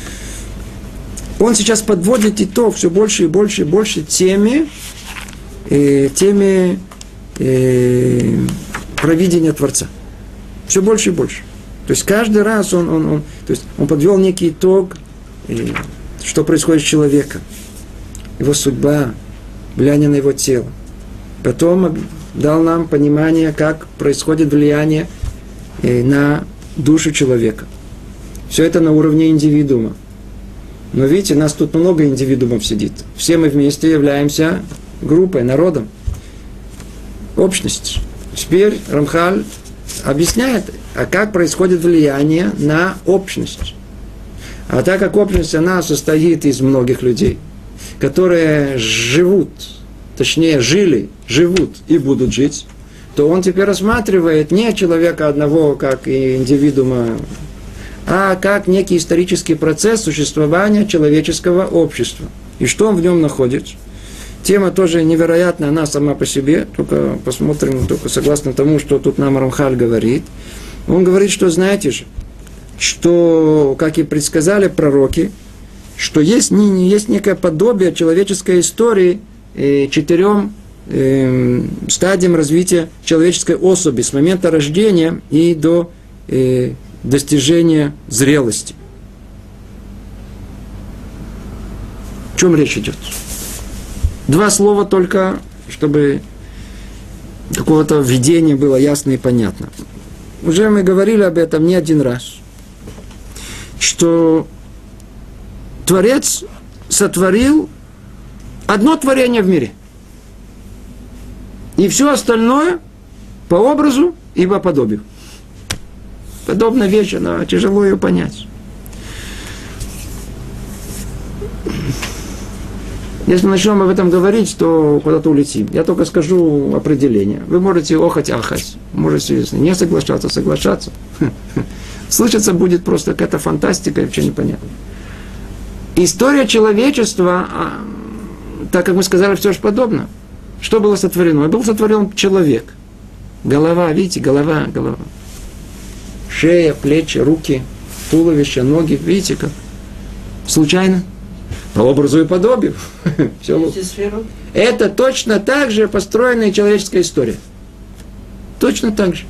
Он сейчас подводит итог все больше и больше и больше теме, э, теме э, провидения Творца. Все больше и больше. То есть каждый раз он, он, он, то есть он подвел некий итог, э, что происходит с человеком, его судьба, влияние на его тело. Потом дал нам понимание, как происходит влияние на душу человека. Все это на уровне индивидуума. Но видите, нас тут много индивидуумов сидит. Все мы вместе являемся группой, народом, общностью. Теперь Рамхаль объясняет, а как происходит влияние на общность. А так как общность, она состоит из многих людей, которые живут, точнее жили, живут и будут жить, то он теперь рассматривает не человека одного, как и индивидуума, а как некий исторический процесс существования человеческого общества. И что он в нем находит? Тема тоже невероятная, она сама по себе, только посмотрим, только согласно тому, что тут нам Рамхаль говорит. Он говорит, что знаете же, что, как и предсказали пророки, что есть, есть некое подобие человеческой истории э, четырем э, стадиям развития человеческой особи с момента рождения и до э, достижения зрелости. О чем речь идет? Два слова только, чтобы какого-то введения было ясно и понятно. Уже мы говорили об этом не один раз, что Творец сотворил одно творение в мире. И все остальное по образу и по подобию. Подобная вещь, она тяжело ее понять. Если мы начнем об этом говорить, то куда-то улетим. Я только скажу определение. Вы можете охать-ахать, можете не соглашаться, соглашаться. Слышаться будет просто какая-то фантастика и вообще непонятно. История человечества, так как мы сказали, все же подобно. Что было сотворено? Был сотворен человек. Голова, видите, голова, голова. Шея, плечи, руки, туловище, ноги. Видите как? Случайно? По образу и подобию. Все. Это точно так же построенная человеческая история. Точно так же.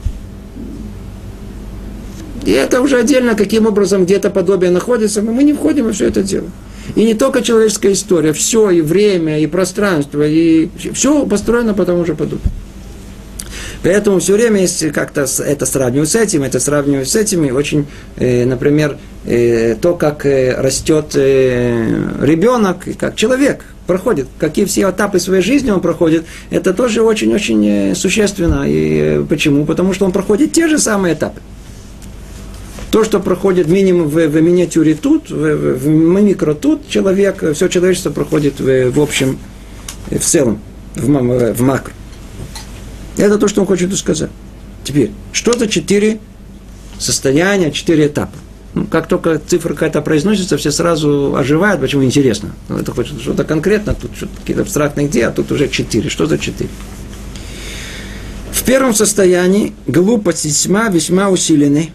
И это уже отдельно, каким образом где-то подобие находится, мы не входим во все это дело. И не только человеческая история, все, и время, и пространство, и все построено по тому же подобию. Поэтому все время, если как-то это сравнивать с этим, это сравнивать с этими, очень, э, например, э, то, как э, растет э, ребенок, как человек проходит, какие все этапы своей жизни он проходит, это тоже очень-очень э, существенно. И э, почему? Потому что он проходит те же самые этапы. То, что проходит минимум в, в миниатюре тут, в, в, в микро тут, человек, все человечество проходит в, в общем, в целом, в, в, в макро. Это то, что он хочет сказать. Теперь, что за четыре состояния, четыре этапа? Ну, как только цифра какая-то произносится, все сразу оживают. Почему? Интересно. Ну, это хочет что-то конкретно, тут что-то какие-то абстрактные идеи, а тут уже четыре. Что за четыре? В первом состоянии глупость и тьма весьма усилены.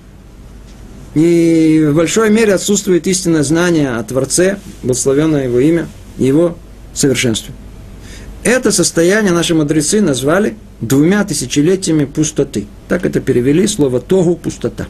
И в большой мере отсутствует истинное знание о Творце, благословенное Его имя, и Его совершенстве. Это состояние наши мудрецы назвали двумя тысячелетиями пустоты. Так это перевели слово «тогу» – пустота.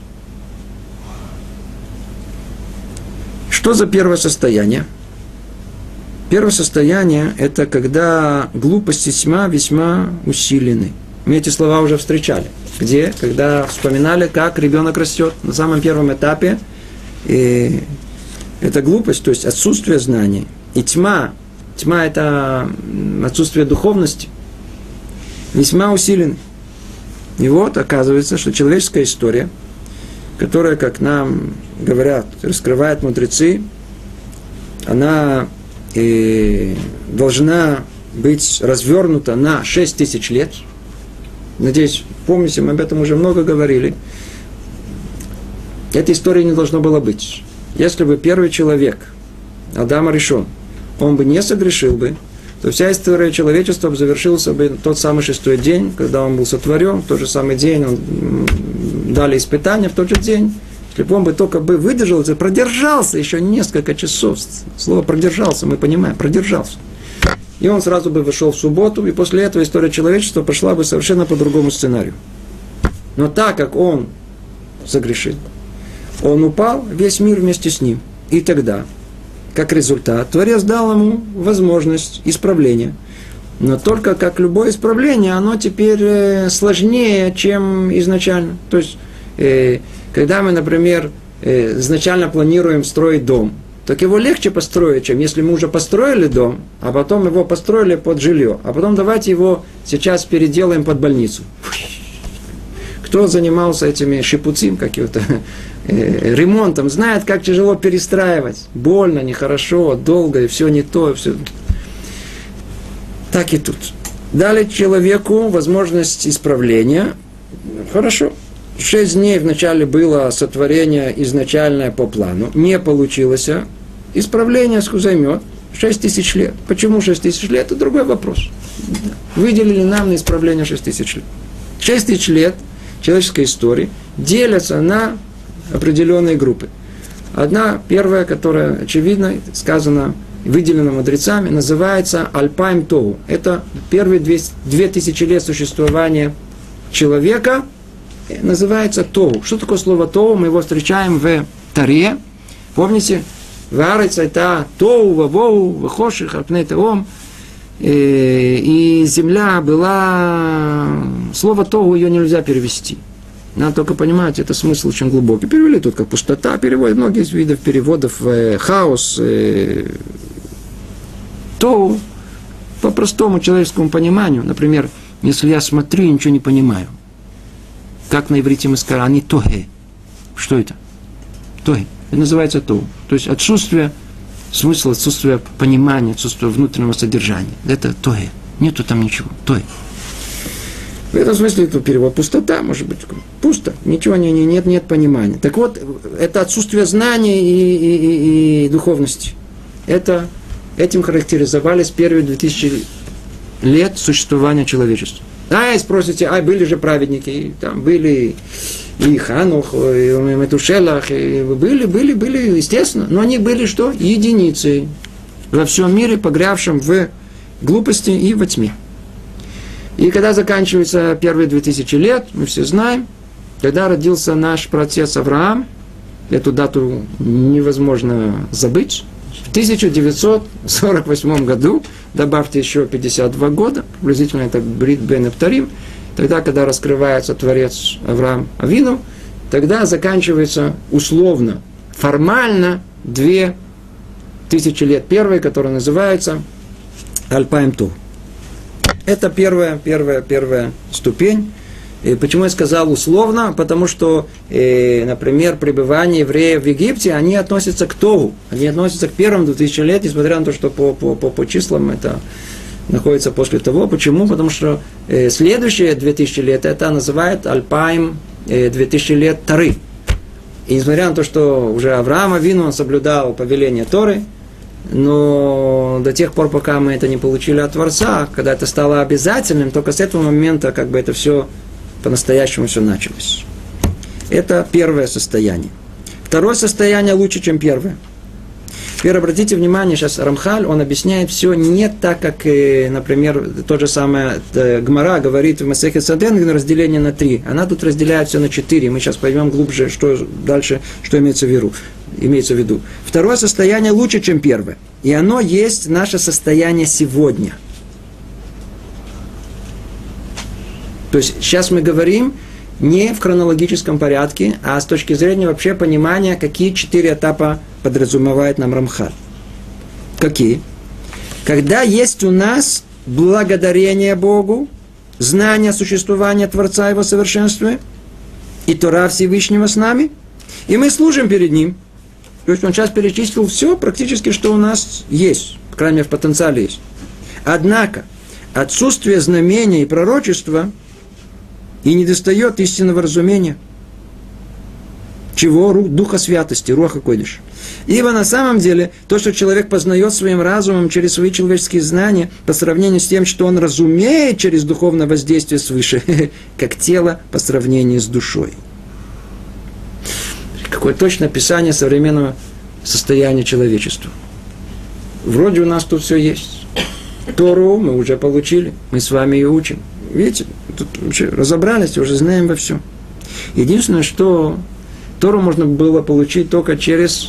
Что за первое состояние? Первое состояние – это когда глупость и тьма весьма усилены. Мы эти слова уже встречали. Где? Когда вспоминали, как ребенок растет. На самом первом этапе и это глупость, то есть отсутствие знаний. И тьма, тьма – это отсутствие духовности, весьма усилен. И вот оказывается, что человеческая история, которая, как нам говорят, раскрывает мудрецы, она и должна быть развернута на шесть тысяч лет. Надеюсь, помните, мы об этом уже много говорили. Этой истории не должно было быть. Если бы первый человек, Адам Аришон, он бы не согрешил бы, то вся история человечества завершился бы тот самый шестой день, когда он был сотворен, в тот же самый день он дали испытания, в тот же день. Если бы он бы только бы выдержал, продержался еще несколько часов. Слово «продержался» мы понимаем, продержался. И он сразу бы вошел в субботу, и после этого история человечества пошла бы совершенно по другому сценарию. Но так как он согрешил, он упал, весь мир вместе с ним. И тогда, как результат, Творец дал ему возможность исправления. Но только как любое исправление, оно теперь сложнее, чем изначально. То есть, когда мы, например, изначально планируем строить дом, так его легче построить, чем если мы уже построили дом, а потом его построили под жилье, а потом давайте его сейчас переделаем под больницу. Кто занимался этими шипуцим, каким-то э, ремонтом, знает, как тяжело перестраивать. Больно, нехорошо, долго, и все не то, и все. Так и тут. Дали человеку возможность исправления. Хорошо. Шесть дней вначале было сотворение изначальное по плану. Не получилось. Исправление займет шесть тысяч лет. Почему шесть тысяч лет? Это другой вопрос. Выделили нам на исправление шесть тысяч лет. шесть тысяч лет человеческой истории делятся на определенные группы. Одна, первая, которая очевидно сказана, выделена мудрецами, называется Альпайм Тогу. Это первые две тысячи лет существования человека, называется Тогу. Что такое слово Тогу? Мы его встречаем в Таре. Помните? Варец это Тогу, Вавоу, Вахоших, Альпней Теом. И земля была... Слово Тогу ее нельзя перевести. Надо только понимать, это смысл очень глубокий. Перевели тут как пустота, переводят многие из видов переводов, э, хаос, э, Тогу. По простому человеческому пониманию, например, если я смотрю и ничего не понимаю, как на иврите мы скажем, они тоге. Что это? Тоге. Это называется Тогу. То есть отсутствие смысла, отсутствие понимания, отсутствие внутреннего содержания. Это тоге. Нету там ничего. Тоге. В этом смысле это перевод пустота, может быть, пусто, ничего не, не, нет, нет понимания. Так вот, это отсутствие знаний и, и, и, и духовности. Это, этим характеризовались первые две тысячи лет существования человечества. А, и спросите, а были же праведники, и, там были и Ханух, и Метушелах, и были, были, были, естественно, но они были что? Единицей во всем мире, погрязшим в глупости и во тьме. И когда заканчиваются первые две тысячи лет, мы все знаем, когда родился наш праотец Авраам, эту дату невозможно забыть, в тысяча девятьсот сорок восьмом году, добавьте еще пятьдесят два года, приблизительно это Брит бен Эптарим, тогда, когда раскрывается Творец Авраам Авину, тогда заканчивается условно, формально две тысячи лет. Первая, которая называется Альпайм Тогу. Это первая, первая, первая ступень. И почему я сказал условно? Потому что, э, например, пребывание евреев в Египте, они относятся к Тогу. Они относятся к первым двум тысячам лет, несмотря на то, что по, по, по, по числам это находится после того. Почему? Потому что э, следующие две тысячи лет это называют Альпайм, э, две тысячи лет Торы. И несмотря на то, что уже Авраам Авину, он соблюдал повеление Торы, но до тех пор, пока мы это не получили от Творца, когда это стало обязательным, только с этого момента как бы это все по-настоящему все началось. Это первое состояние. Второе состояние лучше, чем первое. Теперь обратите внимание, сейчас Рамхаль, он объясняет все не так, как, например, то же самое Гмара говорит в Масехет Сангедрин, разделение на три. Она тут разделяет все на четыре. Мы сейчас поймем глубже, что дальше, что имеется в виду. Имеется в виду. Второе состояние лучше, чем первое. И оно есть наше состояние сегодня. То есть сейчас мы говорим не в хронологическом порядке, а с точки зрения вообще понимания, какие четыре этапа подразумевает нам Рамхаль. Какие? Когда есть у нас благодарение Богу, знание существования Творца и Его совершенствия, и Тора Всевышнего с нами, и мы служим перед Ним. То есть он сейчас перечислил все практически, что у нас есть, по крайней мере, в потенциале есть. Однако, отсутствие знамения и пророчества и недостает истинного разумения. Чего? Духа святости, Руаха Койдиш. Ибо на самом деле, то, что человек познает своим разумом через свои человеческие знания, по сравнению с тем, что он разумеет через духовное воздействие свыше, как тело по сравнению с душой. Какое точное описание современного состояния человечества. Вроде у нас тут все есть. Тору мы уже получили, мы с вами ее учим. Видите, тут вообще разобрались, уже знаем во всем. Единственное, что Тору можно было получить только через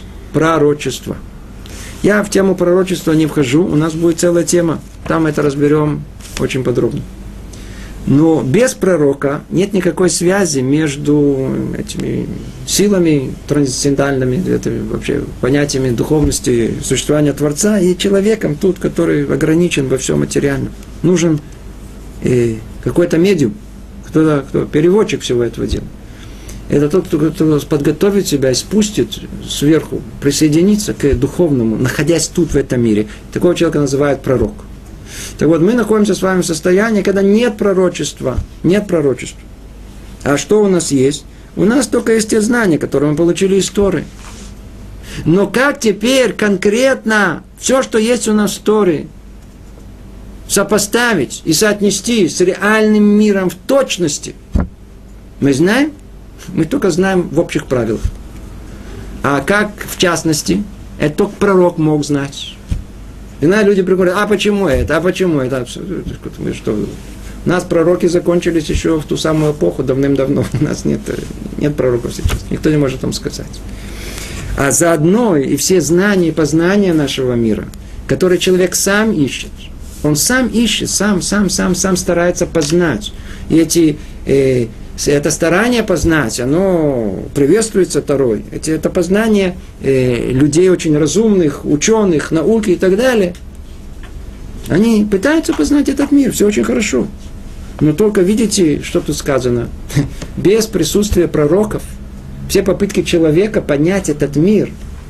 пророчество. Я в тему пророчества не вхожу, у нас будет целая тема. Там это разберем очень подробно. Но без пророка нет никакой связи между этими силами трансцендентальными, это вообще понятиями духовности, существования Творца и человеком тут, который ограничен во всем материальном. Нужен э, какой-то медиум, кто-то, кто переводчик всего этого дела. Это тот, кто, кто подготовит себя и спустит сверху, присоединится к духовному, находясь тут, в этом мире. Такого человека называют пророк. Так вот, мы находимся с вами в состоянии, когда нет пророчества. Нет пророчества. А что у нас есть? У нас только есть те знания, которые мы получили из Торы. Но как теперь конкретно все, что есть у нас в Торе, сопоставить и соотнести с реальным миром в точности? Мы знаем? Мы только знаем в общих правилах. А как в частности? Это только пророк мог знать. И на люди приходят, а почему это, а почему это? Мы что, у нас пророки закончились еще в ту самую эпоху, давным-давно. У нас нет, нет пророков сейчас. Никто не может вам сказать. А заодно и все знания и познания нашего мира, которые человек сам ищет, он сам ищет, сам, сам, сам, сам старается познать. И эти, э, это старание познать, оно приветствуется Торой. Эти, это познание э, людей очень разумных, ученых, науки и так далее. Они пытаются познать этот мир, все очень хорошо. Но только видите, что тут сказано. Без присутствия пророков, все попытки человека понять этот мир,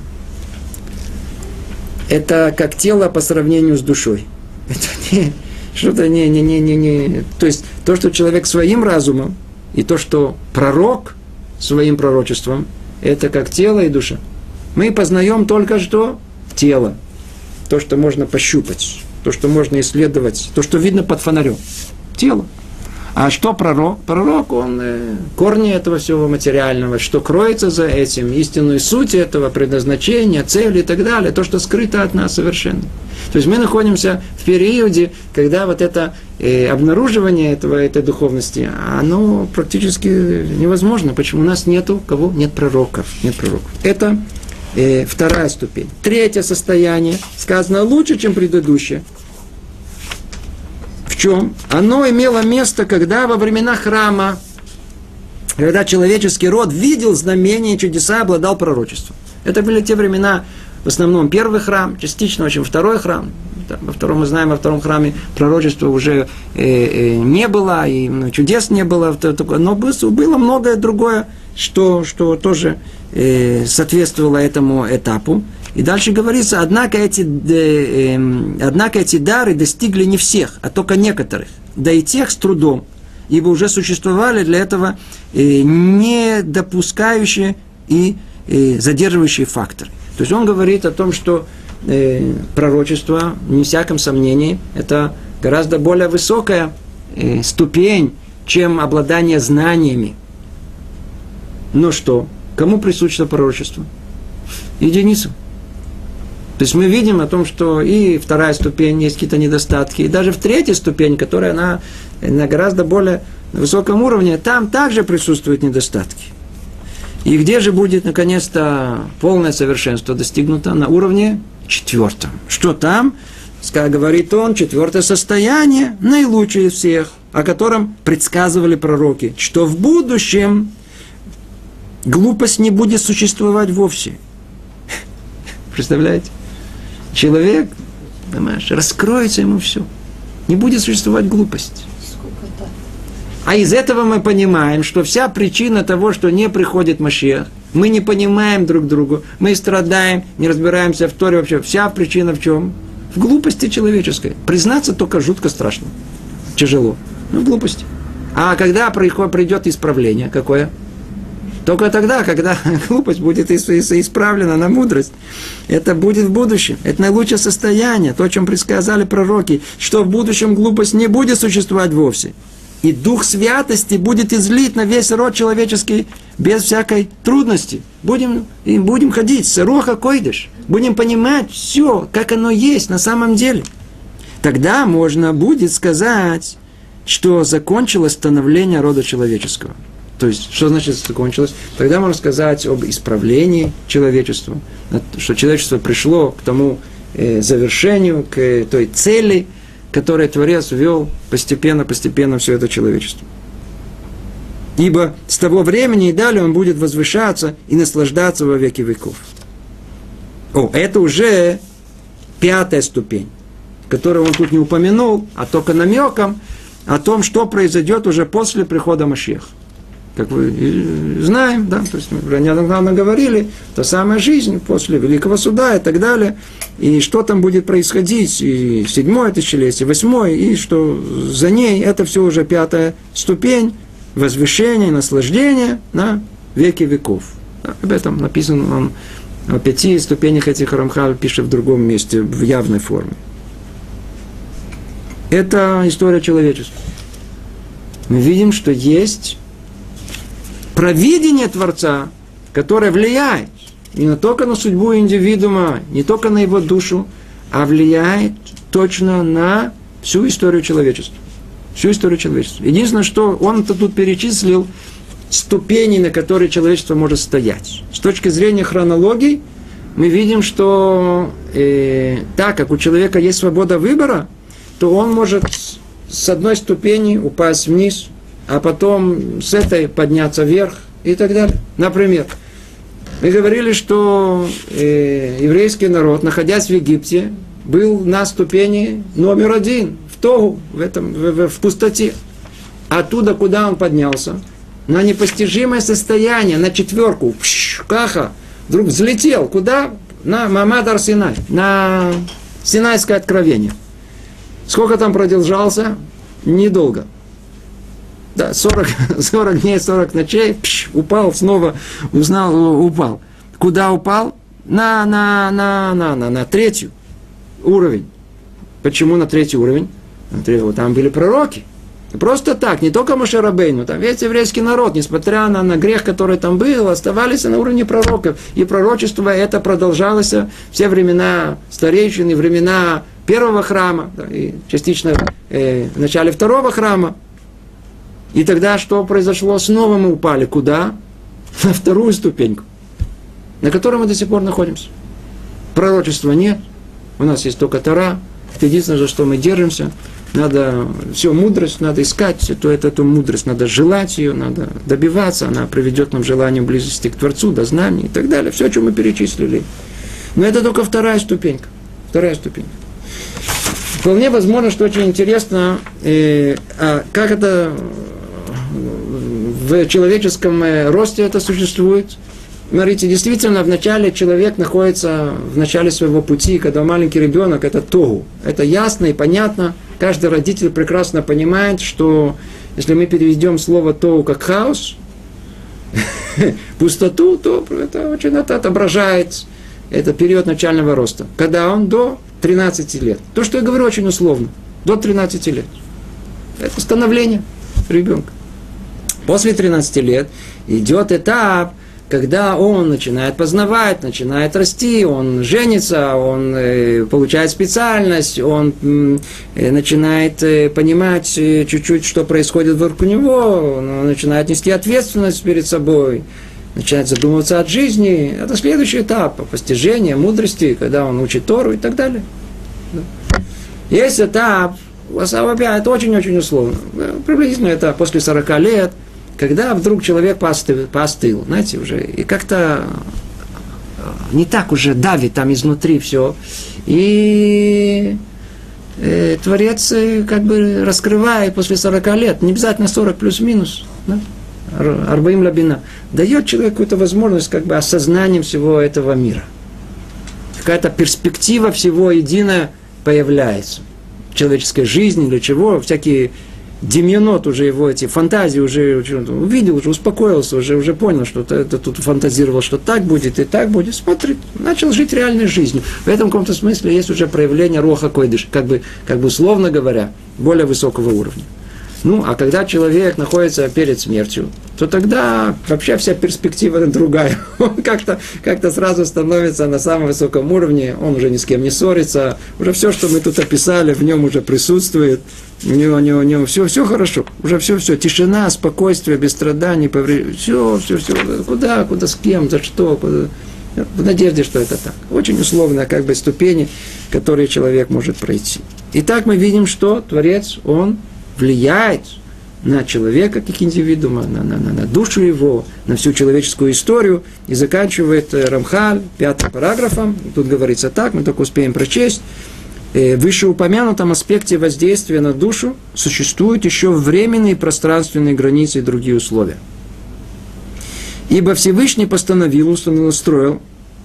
это как тело по сравнению с душой. Это не, что-то не, не, не, не, не. То есть то, что человек своим разумом, и то, что пророк своим пророчеством, это как тело и душа. Мы познаем только что тело. То, что можно пощупать, то, что можно исследовать, то, что видно под фонарем. Тело. А что пророк? Пророк, он э, корни этого всего материального, что кроется за этим, истинную суть этого, предназначения, цели и так далее, то, что скрыто от нас совершенно. То есть мы находимся в периоде, когда вот это э, обнаруживание этого, этой духовности, оно практически невозможно. Почему у нас нету кого? Нет пророков. Нет пророков. Это э, вторая ступень. Третье состояние, сказано, лучше, чем предыдущее. В чем? Оно имело место, когда во времена храма, когда человеческий род видел знамения и чудеса, обладал пророчеством. Это были те времена, в основном первый храм, частично очень второй храм. Во втором, мы знаем, во втором храме пророчества уже э, э, не было, и ну, чудес не было, но было многое другое, что, что тоже э, соответствовало этому этапу. И дальше говорится, однако эти, э, э, однако эти дары достигли не всех, а только некоторых, да и тех с трудом, ибо уже существовали для этого э, не допускающие и э, задерживающие факторы. То есть он говорит о том, что э, пророчество, не всяком сомнении, это гораздо более высокая э, ступень, чем обладание знаниями. Но что? Кому присуще пророчество? Единицам. То есть мы видим о том, что и вторая ступень есть какие-то недостатки, и даже в третьей ступени, которая на, на гораздо более высоком уровне, там также присутствуют недостатки. И где же будет, наконец-то, полное совершенство достигнуто? На уровне четвертом. Что там? Говорит он, четвертое состояние, наилучшее из всех, о котором предсказывали пророки, что в будущем глупость не будет существовать вовсе. Представляете? Человек, понимаешь, раскроется ему все. Не будет существовать глупость. А из этого мы понимаем, что вся причина того, что не приходит Машиах, мы не понимаем друг друга, мы страдаем, не разбираемся в Торе вообще. Вся причина в чем? В глупости человеческой. Признаться только жутко страшно. Тяжело. Ну, в глупости. А когда придет исправление, какое? Только тогда, когда глупость будет исправлена на мудрость. Это будет в будущем. Это наилучшее состояние, то, о чем предсказали пророки, что в будущем глупость не будет существовать вовсе. И дух святости будет излит на весь род человеческий без всякой трудности. Будем, и будем ходить с руха койдыш. Будем понимать все, как оно есть на самом деле. Тогда можно будет сказать, что закончилось становление рода человеческого. То есть, что значит закончилось? Тогда можно сказать об исправлении человечества, что человечество пришло к тому э, завершению, к той цели, которое Творец ввел постепенно-постепенно все это человечество. Ибо с того времени и далее он будет возвышаться и наслаждаться во веки веков. О, это уже пятая ступень, которую он тут не упомянул, а только намеком о том, что произойдет уже после прихода Машиаха. Как вы знаем, да, то есть мы уже неоднократно говорили, та самая жизнь после Великого Суда и так далее, и что там будет происходить, и седьмое тысячелетие, восьмое, и что за ней, это все уже пятая ступень, возвышение, наслаждение на веки веков. Да, об этом написано он о пяти ступенях этих Рамхаль пишет в другом месте, в явной форме. Это история человечества. Мы видим, что есть провидение Творца, которое влияет не только на судьбу индивидуума, не только на его душу, а влияет точно на всю историю человечества. Всю историю человечества. Единственное, что он-то тут перечислил ступени, на которые человечество может стоять. С точки зрения хронологии, мы видим, что э, так как у человека есть свобода выбора, то он может с одной ступени упасть вниз, а потом с этой подняться вверх и так далее. Например, мы говорили, что э, еврейский народ, находясь в Египте, был на ступени номер один, в Тогу, в, этом, в, в пустоте. Оттуда, куда он поднялся, на непостижимое состояние, на четверку, пш, каха, вдруг взлетел. Куда? На Мамад ар-Синай, на Синайское откровение. Сколько там продержался? Недолго. Да, сорок, сорок дней, сорок ночей, пш, упал, снова узнал, упал. Куда упал? На, на, на, на, на, на третью уровень. Почему на третий уровень? Там были пророки. Просто так, не только Моше Рабейну, там весь еврейский народ, несмотря на, на грех, который там был, оставались на уровне пророков. И пророчество это продолжалось все времена старейшин, времена первого храма, да, и частично э, в начале второго храма. И тогда что произошло? Снова мы упали. Куда? На вторую ступеньку, на которой мы до сих пор находимся. Пророчества нет, у нас есть только Тора. Это единственное, за что мы держимся. Надо все, мудрость надо искать, то это, эту мудрость надо желать ее, надо добиваться, она приведет нам желание близости к Творцу, до знаний и так далее. Все, о чем мы перечислили. Но это только вторая ступенька. Вторая ступенька. Вполне возможно, что очень интересно, э, а как это в человеческом росте это существует. Смотрите, действительно, вначале человек находится в начале своего пути, когда маленький ребенок, это тогу. Это ясно и понятно. Каждый родитель прекрасно понимает, что если мы переведем слово тогу как хаос, пустоту, то это очень это отображает это период начального роста. Когда он до тринадцати лет. То, что я говорю, очень условно. До тринадцати лет. Это становление ребенка. После тринадцати лет идет этап, когда он начинает познавать, начинает расти, он женится, он э, получает специальность, он э, начинает э, понимать э, чуть-чуть, что происходит вокруг него, он начинает нести ответственность перед собой, начинает задумываться о жизни. Это следующий этап постижения, мудрости, когда он учит Тору и так далее. Есть этап, это очень-очень условно, приблизительно это после сорока лет, когда вдруг человек поостыл, поостыл, знаете, уже, и как-то не так уже давит там изнутри все, и э, Творец как бы раскрывает после сорока лет, не обязательно сорок плюс-минус, да? Арбаим лабина, дает человеку какую-то возможность как бы осознанием всего этого мира. Какая-то перспектива всего единая появляется в человеческой жизни, для чего, всякие демьянот уже его, эти фантазии уже, уже увидел, уже успокоился, уже, уже понял, что это тут фантазировал, что так будет и так будет, смотрит, начал жить реальной жизнью. В этом каком-то смысле есть уже проявление руаха койдыш, как бы, как бы условно говоря, более высокого уровня. Ну, а когда человек находится перед смертью, то тогда вообще вся перспектива другая. Он как-то, как-то сразу становится на самом высоком уровне, он уже ни с кем не ссорится, уже все, что мы тут описали, в нем уже присутствует, у него, у него, у него все, все хорошо, уже все, все, тишина, спокойствие, без страданий, повреждений, все, все, все, куда, куда, с кем, за что, куда. В надежде, что это так. Очень условно, как бы, ступени, которые человек может пройти. Итак, мы видим, что Творец, он влияет на человека как индивидуума, на, на, на, на душу его, на всю человеческую историю. И заканчивает Рамхаль пятым параграфом. Тут говорится так, мы только успеем прочесть. В вышеупомянутом аспекте воздействия на душу существуют еще временные пространственные границы и другие условия. Ибо Всевышний постановил, устроил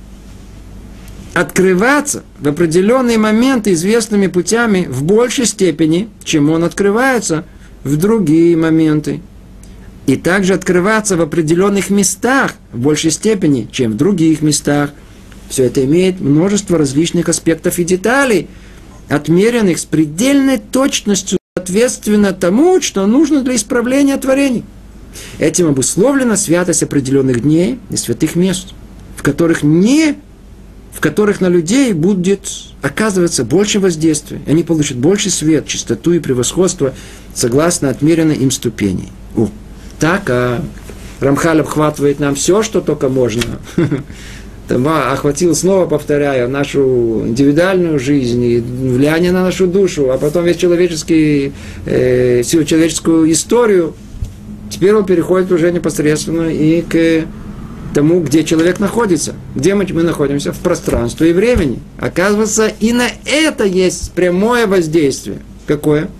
открываться в определенные моменты известными путями в большей степени, чем он открывается в другие моменты. И также открываться в определенных местах в большей степени, чем в других местах. Все это имеет множество различных аспектов и деталей, отмеренных с предельной точностью, соответственно тому, что нужно для исправления творений. Этим обусловлена святость определенных дней и святых мест, в которых, не, в которых на людей будет оказываться больше воздействия. Они получат больше свет, чистоту и превосходство, согласно отмеренной им ступени. О, так, а Рамхаль обхватывает нам все, что только можно. Охватил, снова повторяю, нашу индивидуальную жизнь и влияние на нашу душу, а потом весь человеческий, э, всю человеческую историю. Теперь он переходит уже непосредственно и к тому, где человек находится. Где мы, мы находимся? В пространстве и времени. Оказывается, и на это есть прямое воздействие. Какое?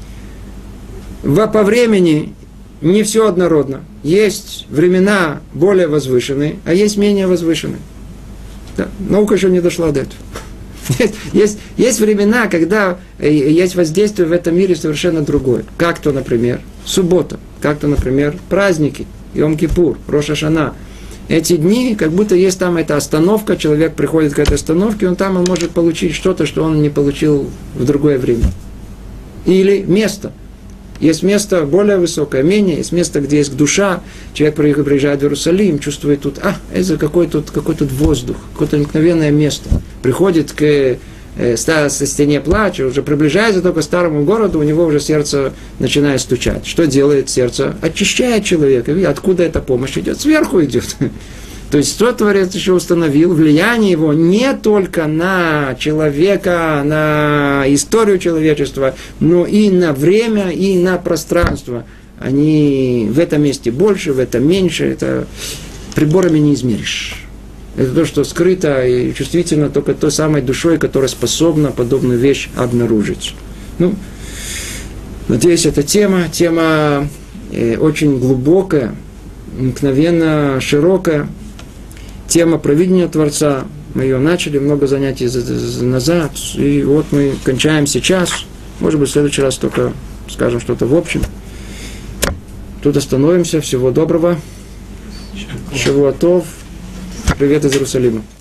По времени не все однородно. Есть времена более возвышенные, а есть менее возвышенные. Да. Наука еще не дошла до этого. Есть, есть, есть времена, когда есть воздействие в этом мире совершенно другое. Как то, например, суббота, как то, например, праздники, Йом-Кипур, Рош ха-Шана. Эти дни, как будто есть там эта остановка, человек приходит к этой остановке, он там он может получить что-то, что он не получил в другое время. Или место. Есть место более высокое, менее, есть место, где есть душа. Человек приезжает в Иерусалим, чувствует тут, а, это какой тут, какой тут воздух, какое-то необыкновенное место. Приходит к э, ста, стене плача, уже приближается только к старому городу, у него уже сердце начинает стучать. Что делает сердце? Очищает человека. Видите, откуда эта помощь идет? Сверху идет. То есть, что Творец еще установил? Влияние его не только на человека, на историю человечества, но и на время, и на пространство. Они в этом месте больше, в этом меньше. Это приборами не измеришь. Это то, что скрыто и чувствительно только той самой душой, которая способна подобную вещь обнаружить. Ну, надеюсь, эта тема, тема э, очень глубокая, мгновенно широкая. Тема провидения Творца, мы ее начали много занятий назад, и вот мы кончаем сейчас. Может быть, в следующий раз только скажем что-то в общем. Тут остановимся. Всего доброго. Шавуа тов. Привет из Иерусалима.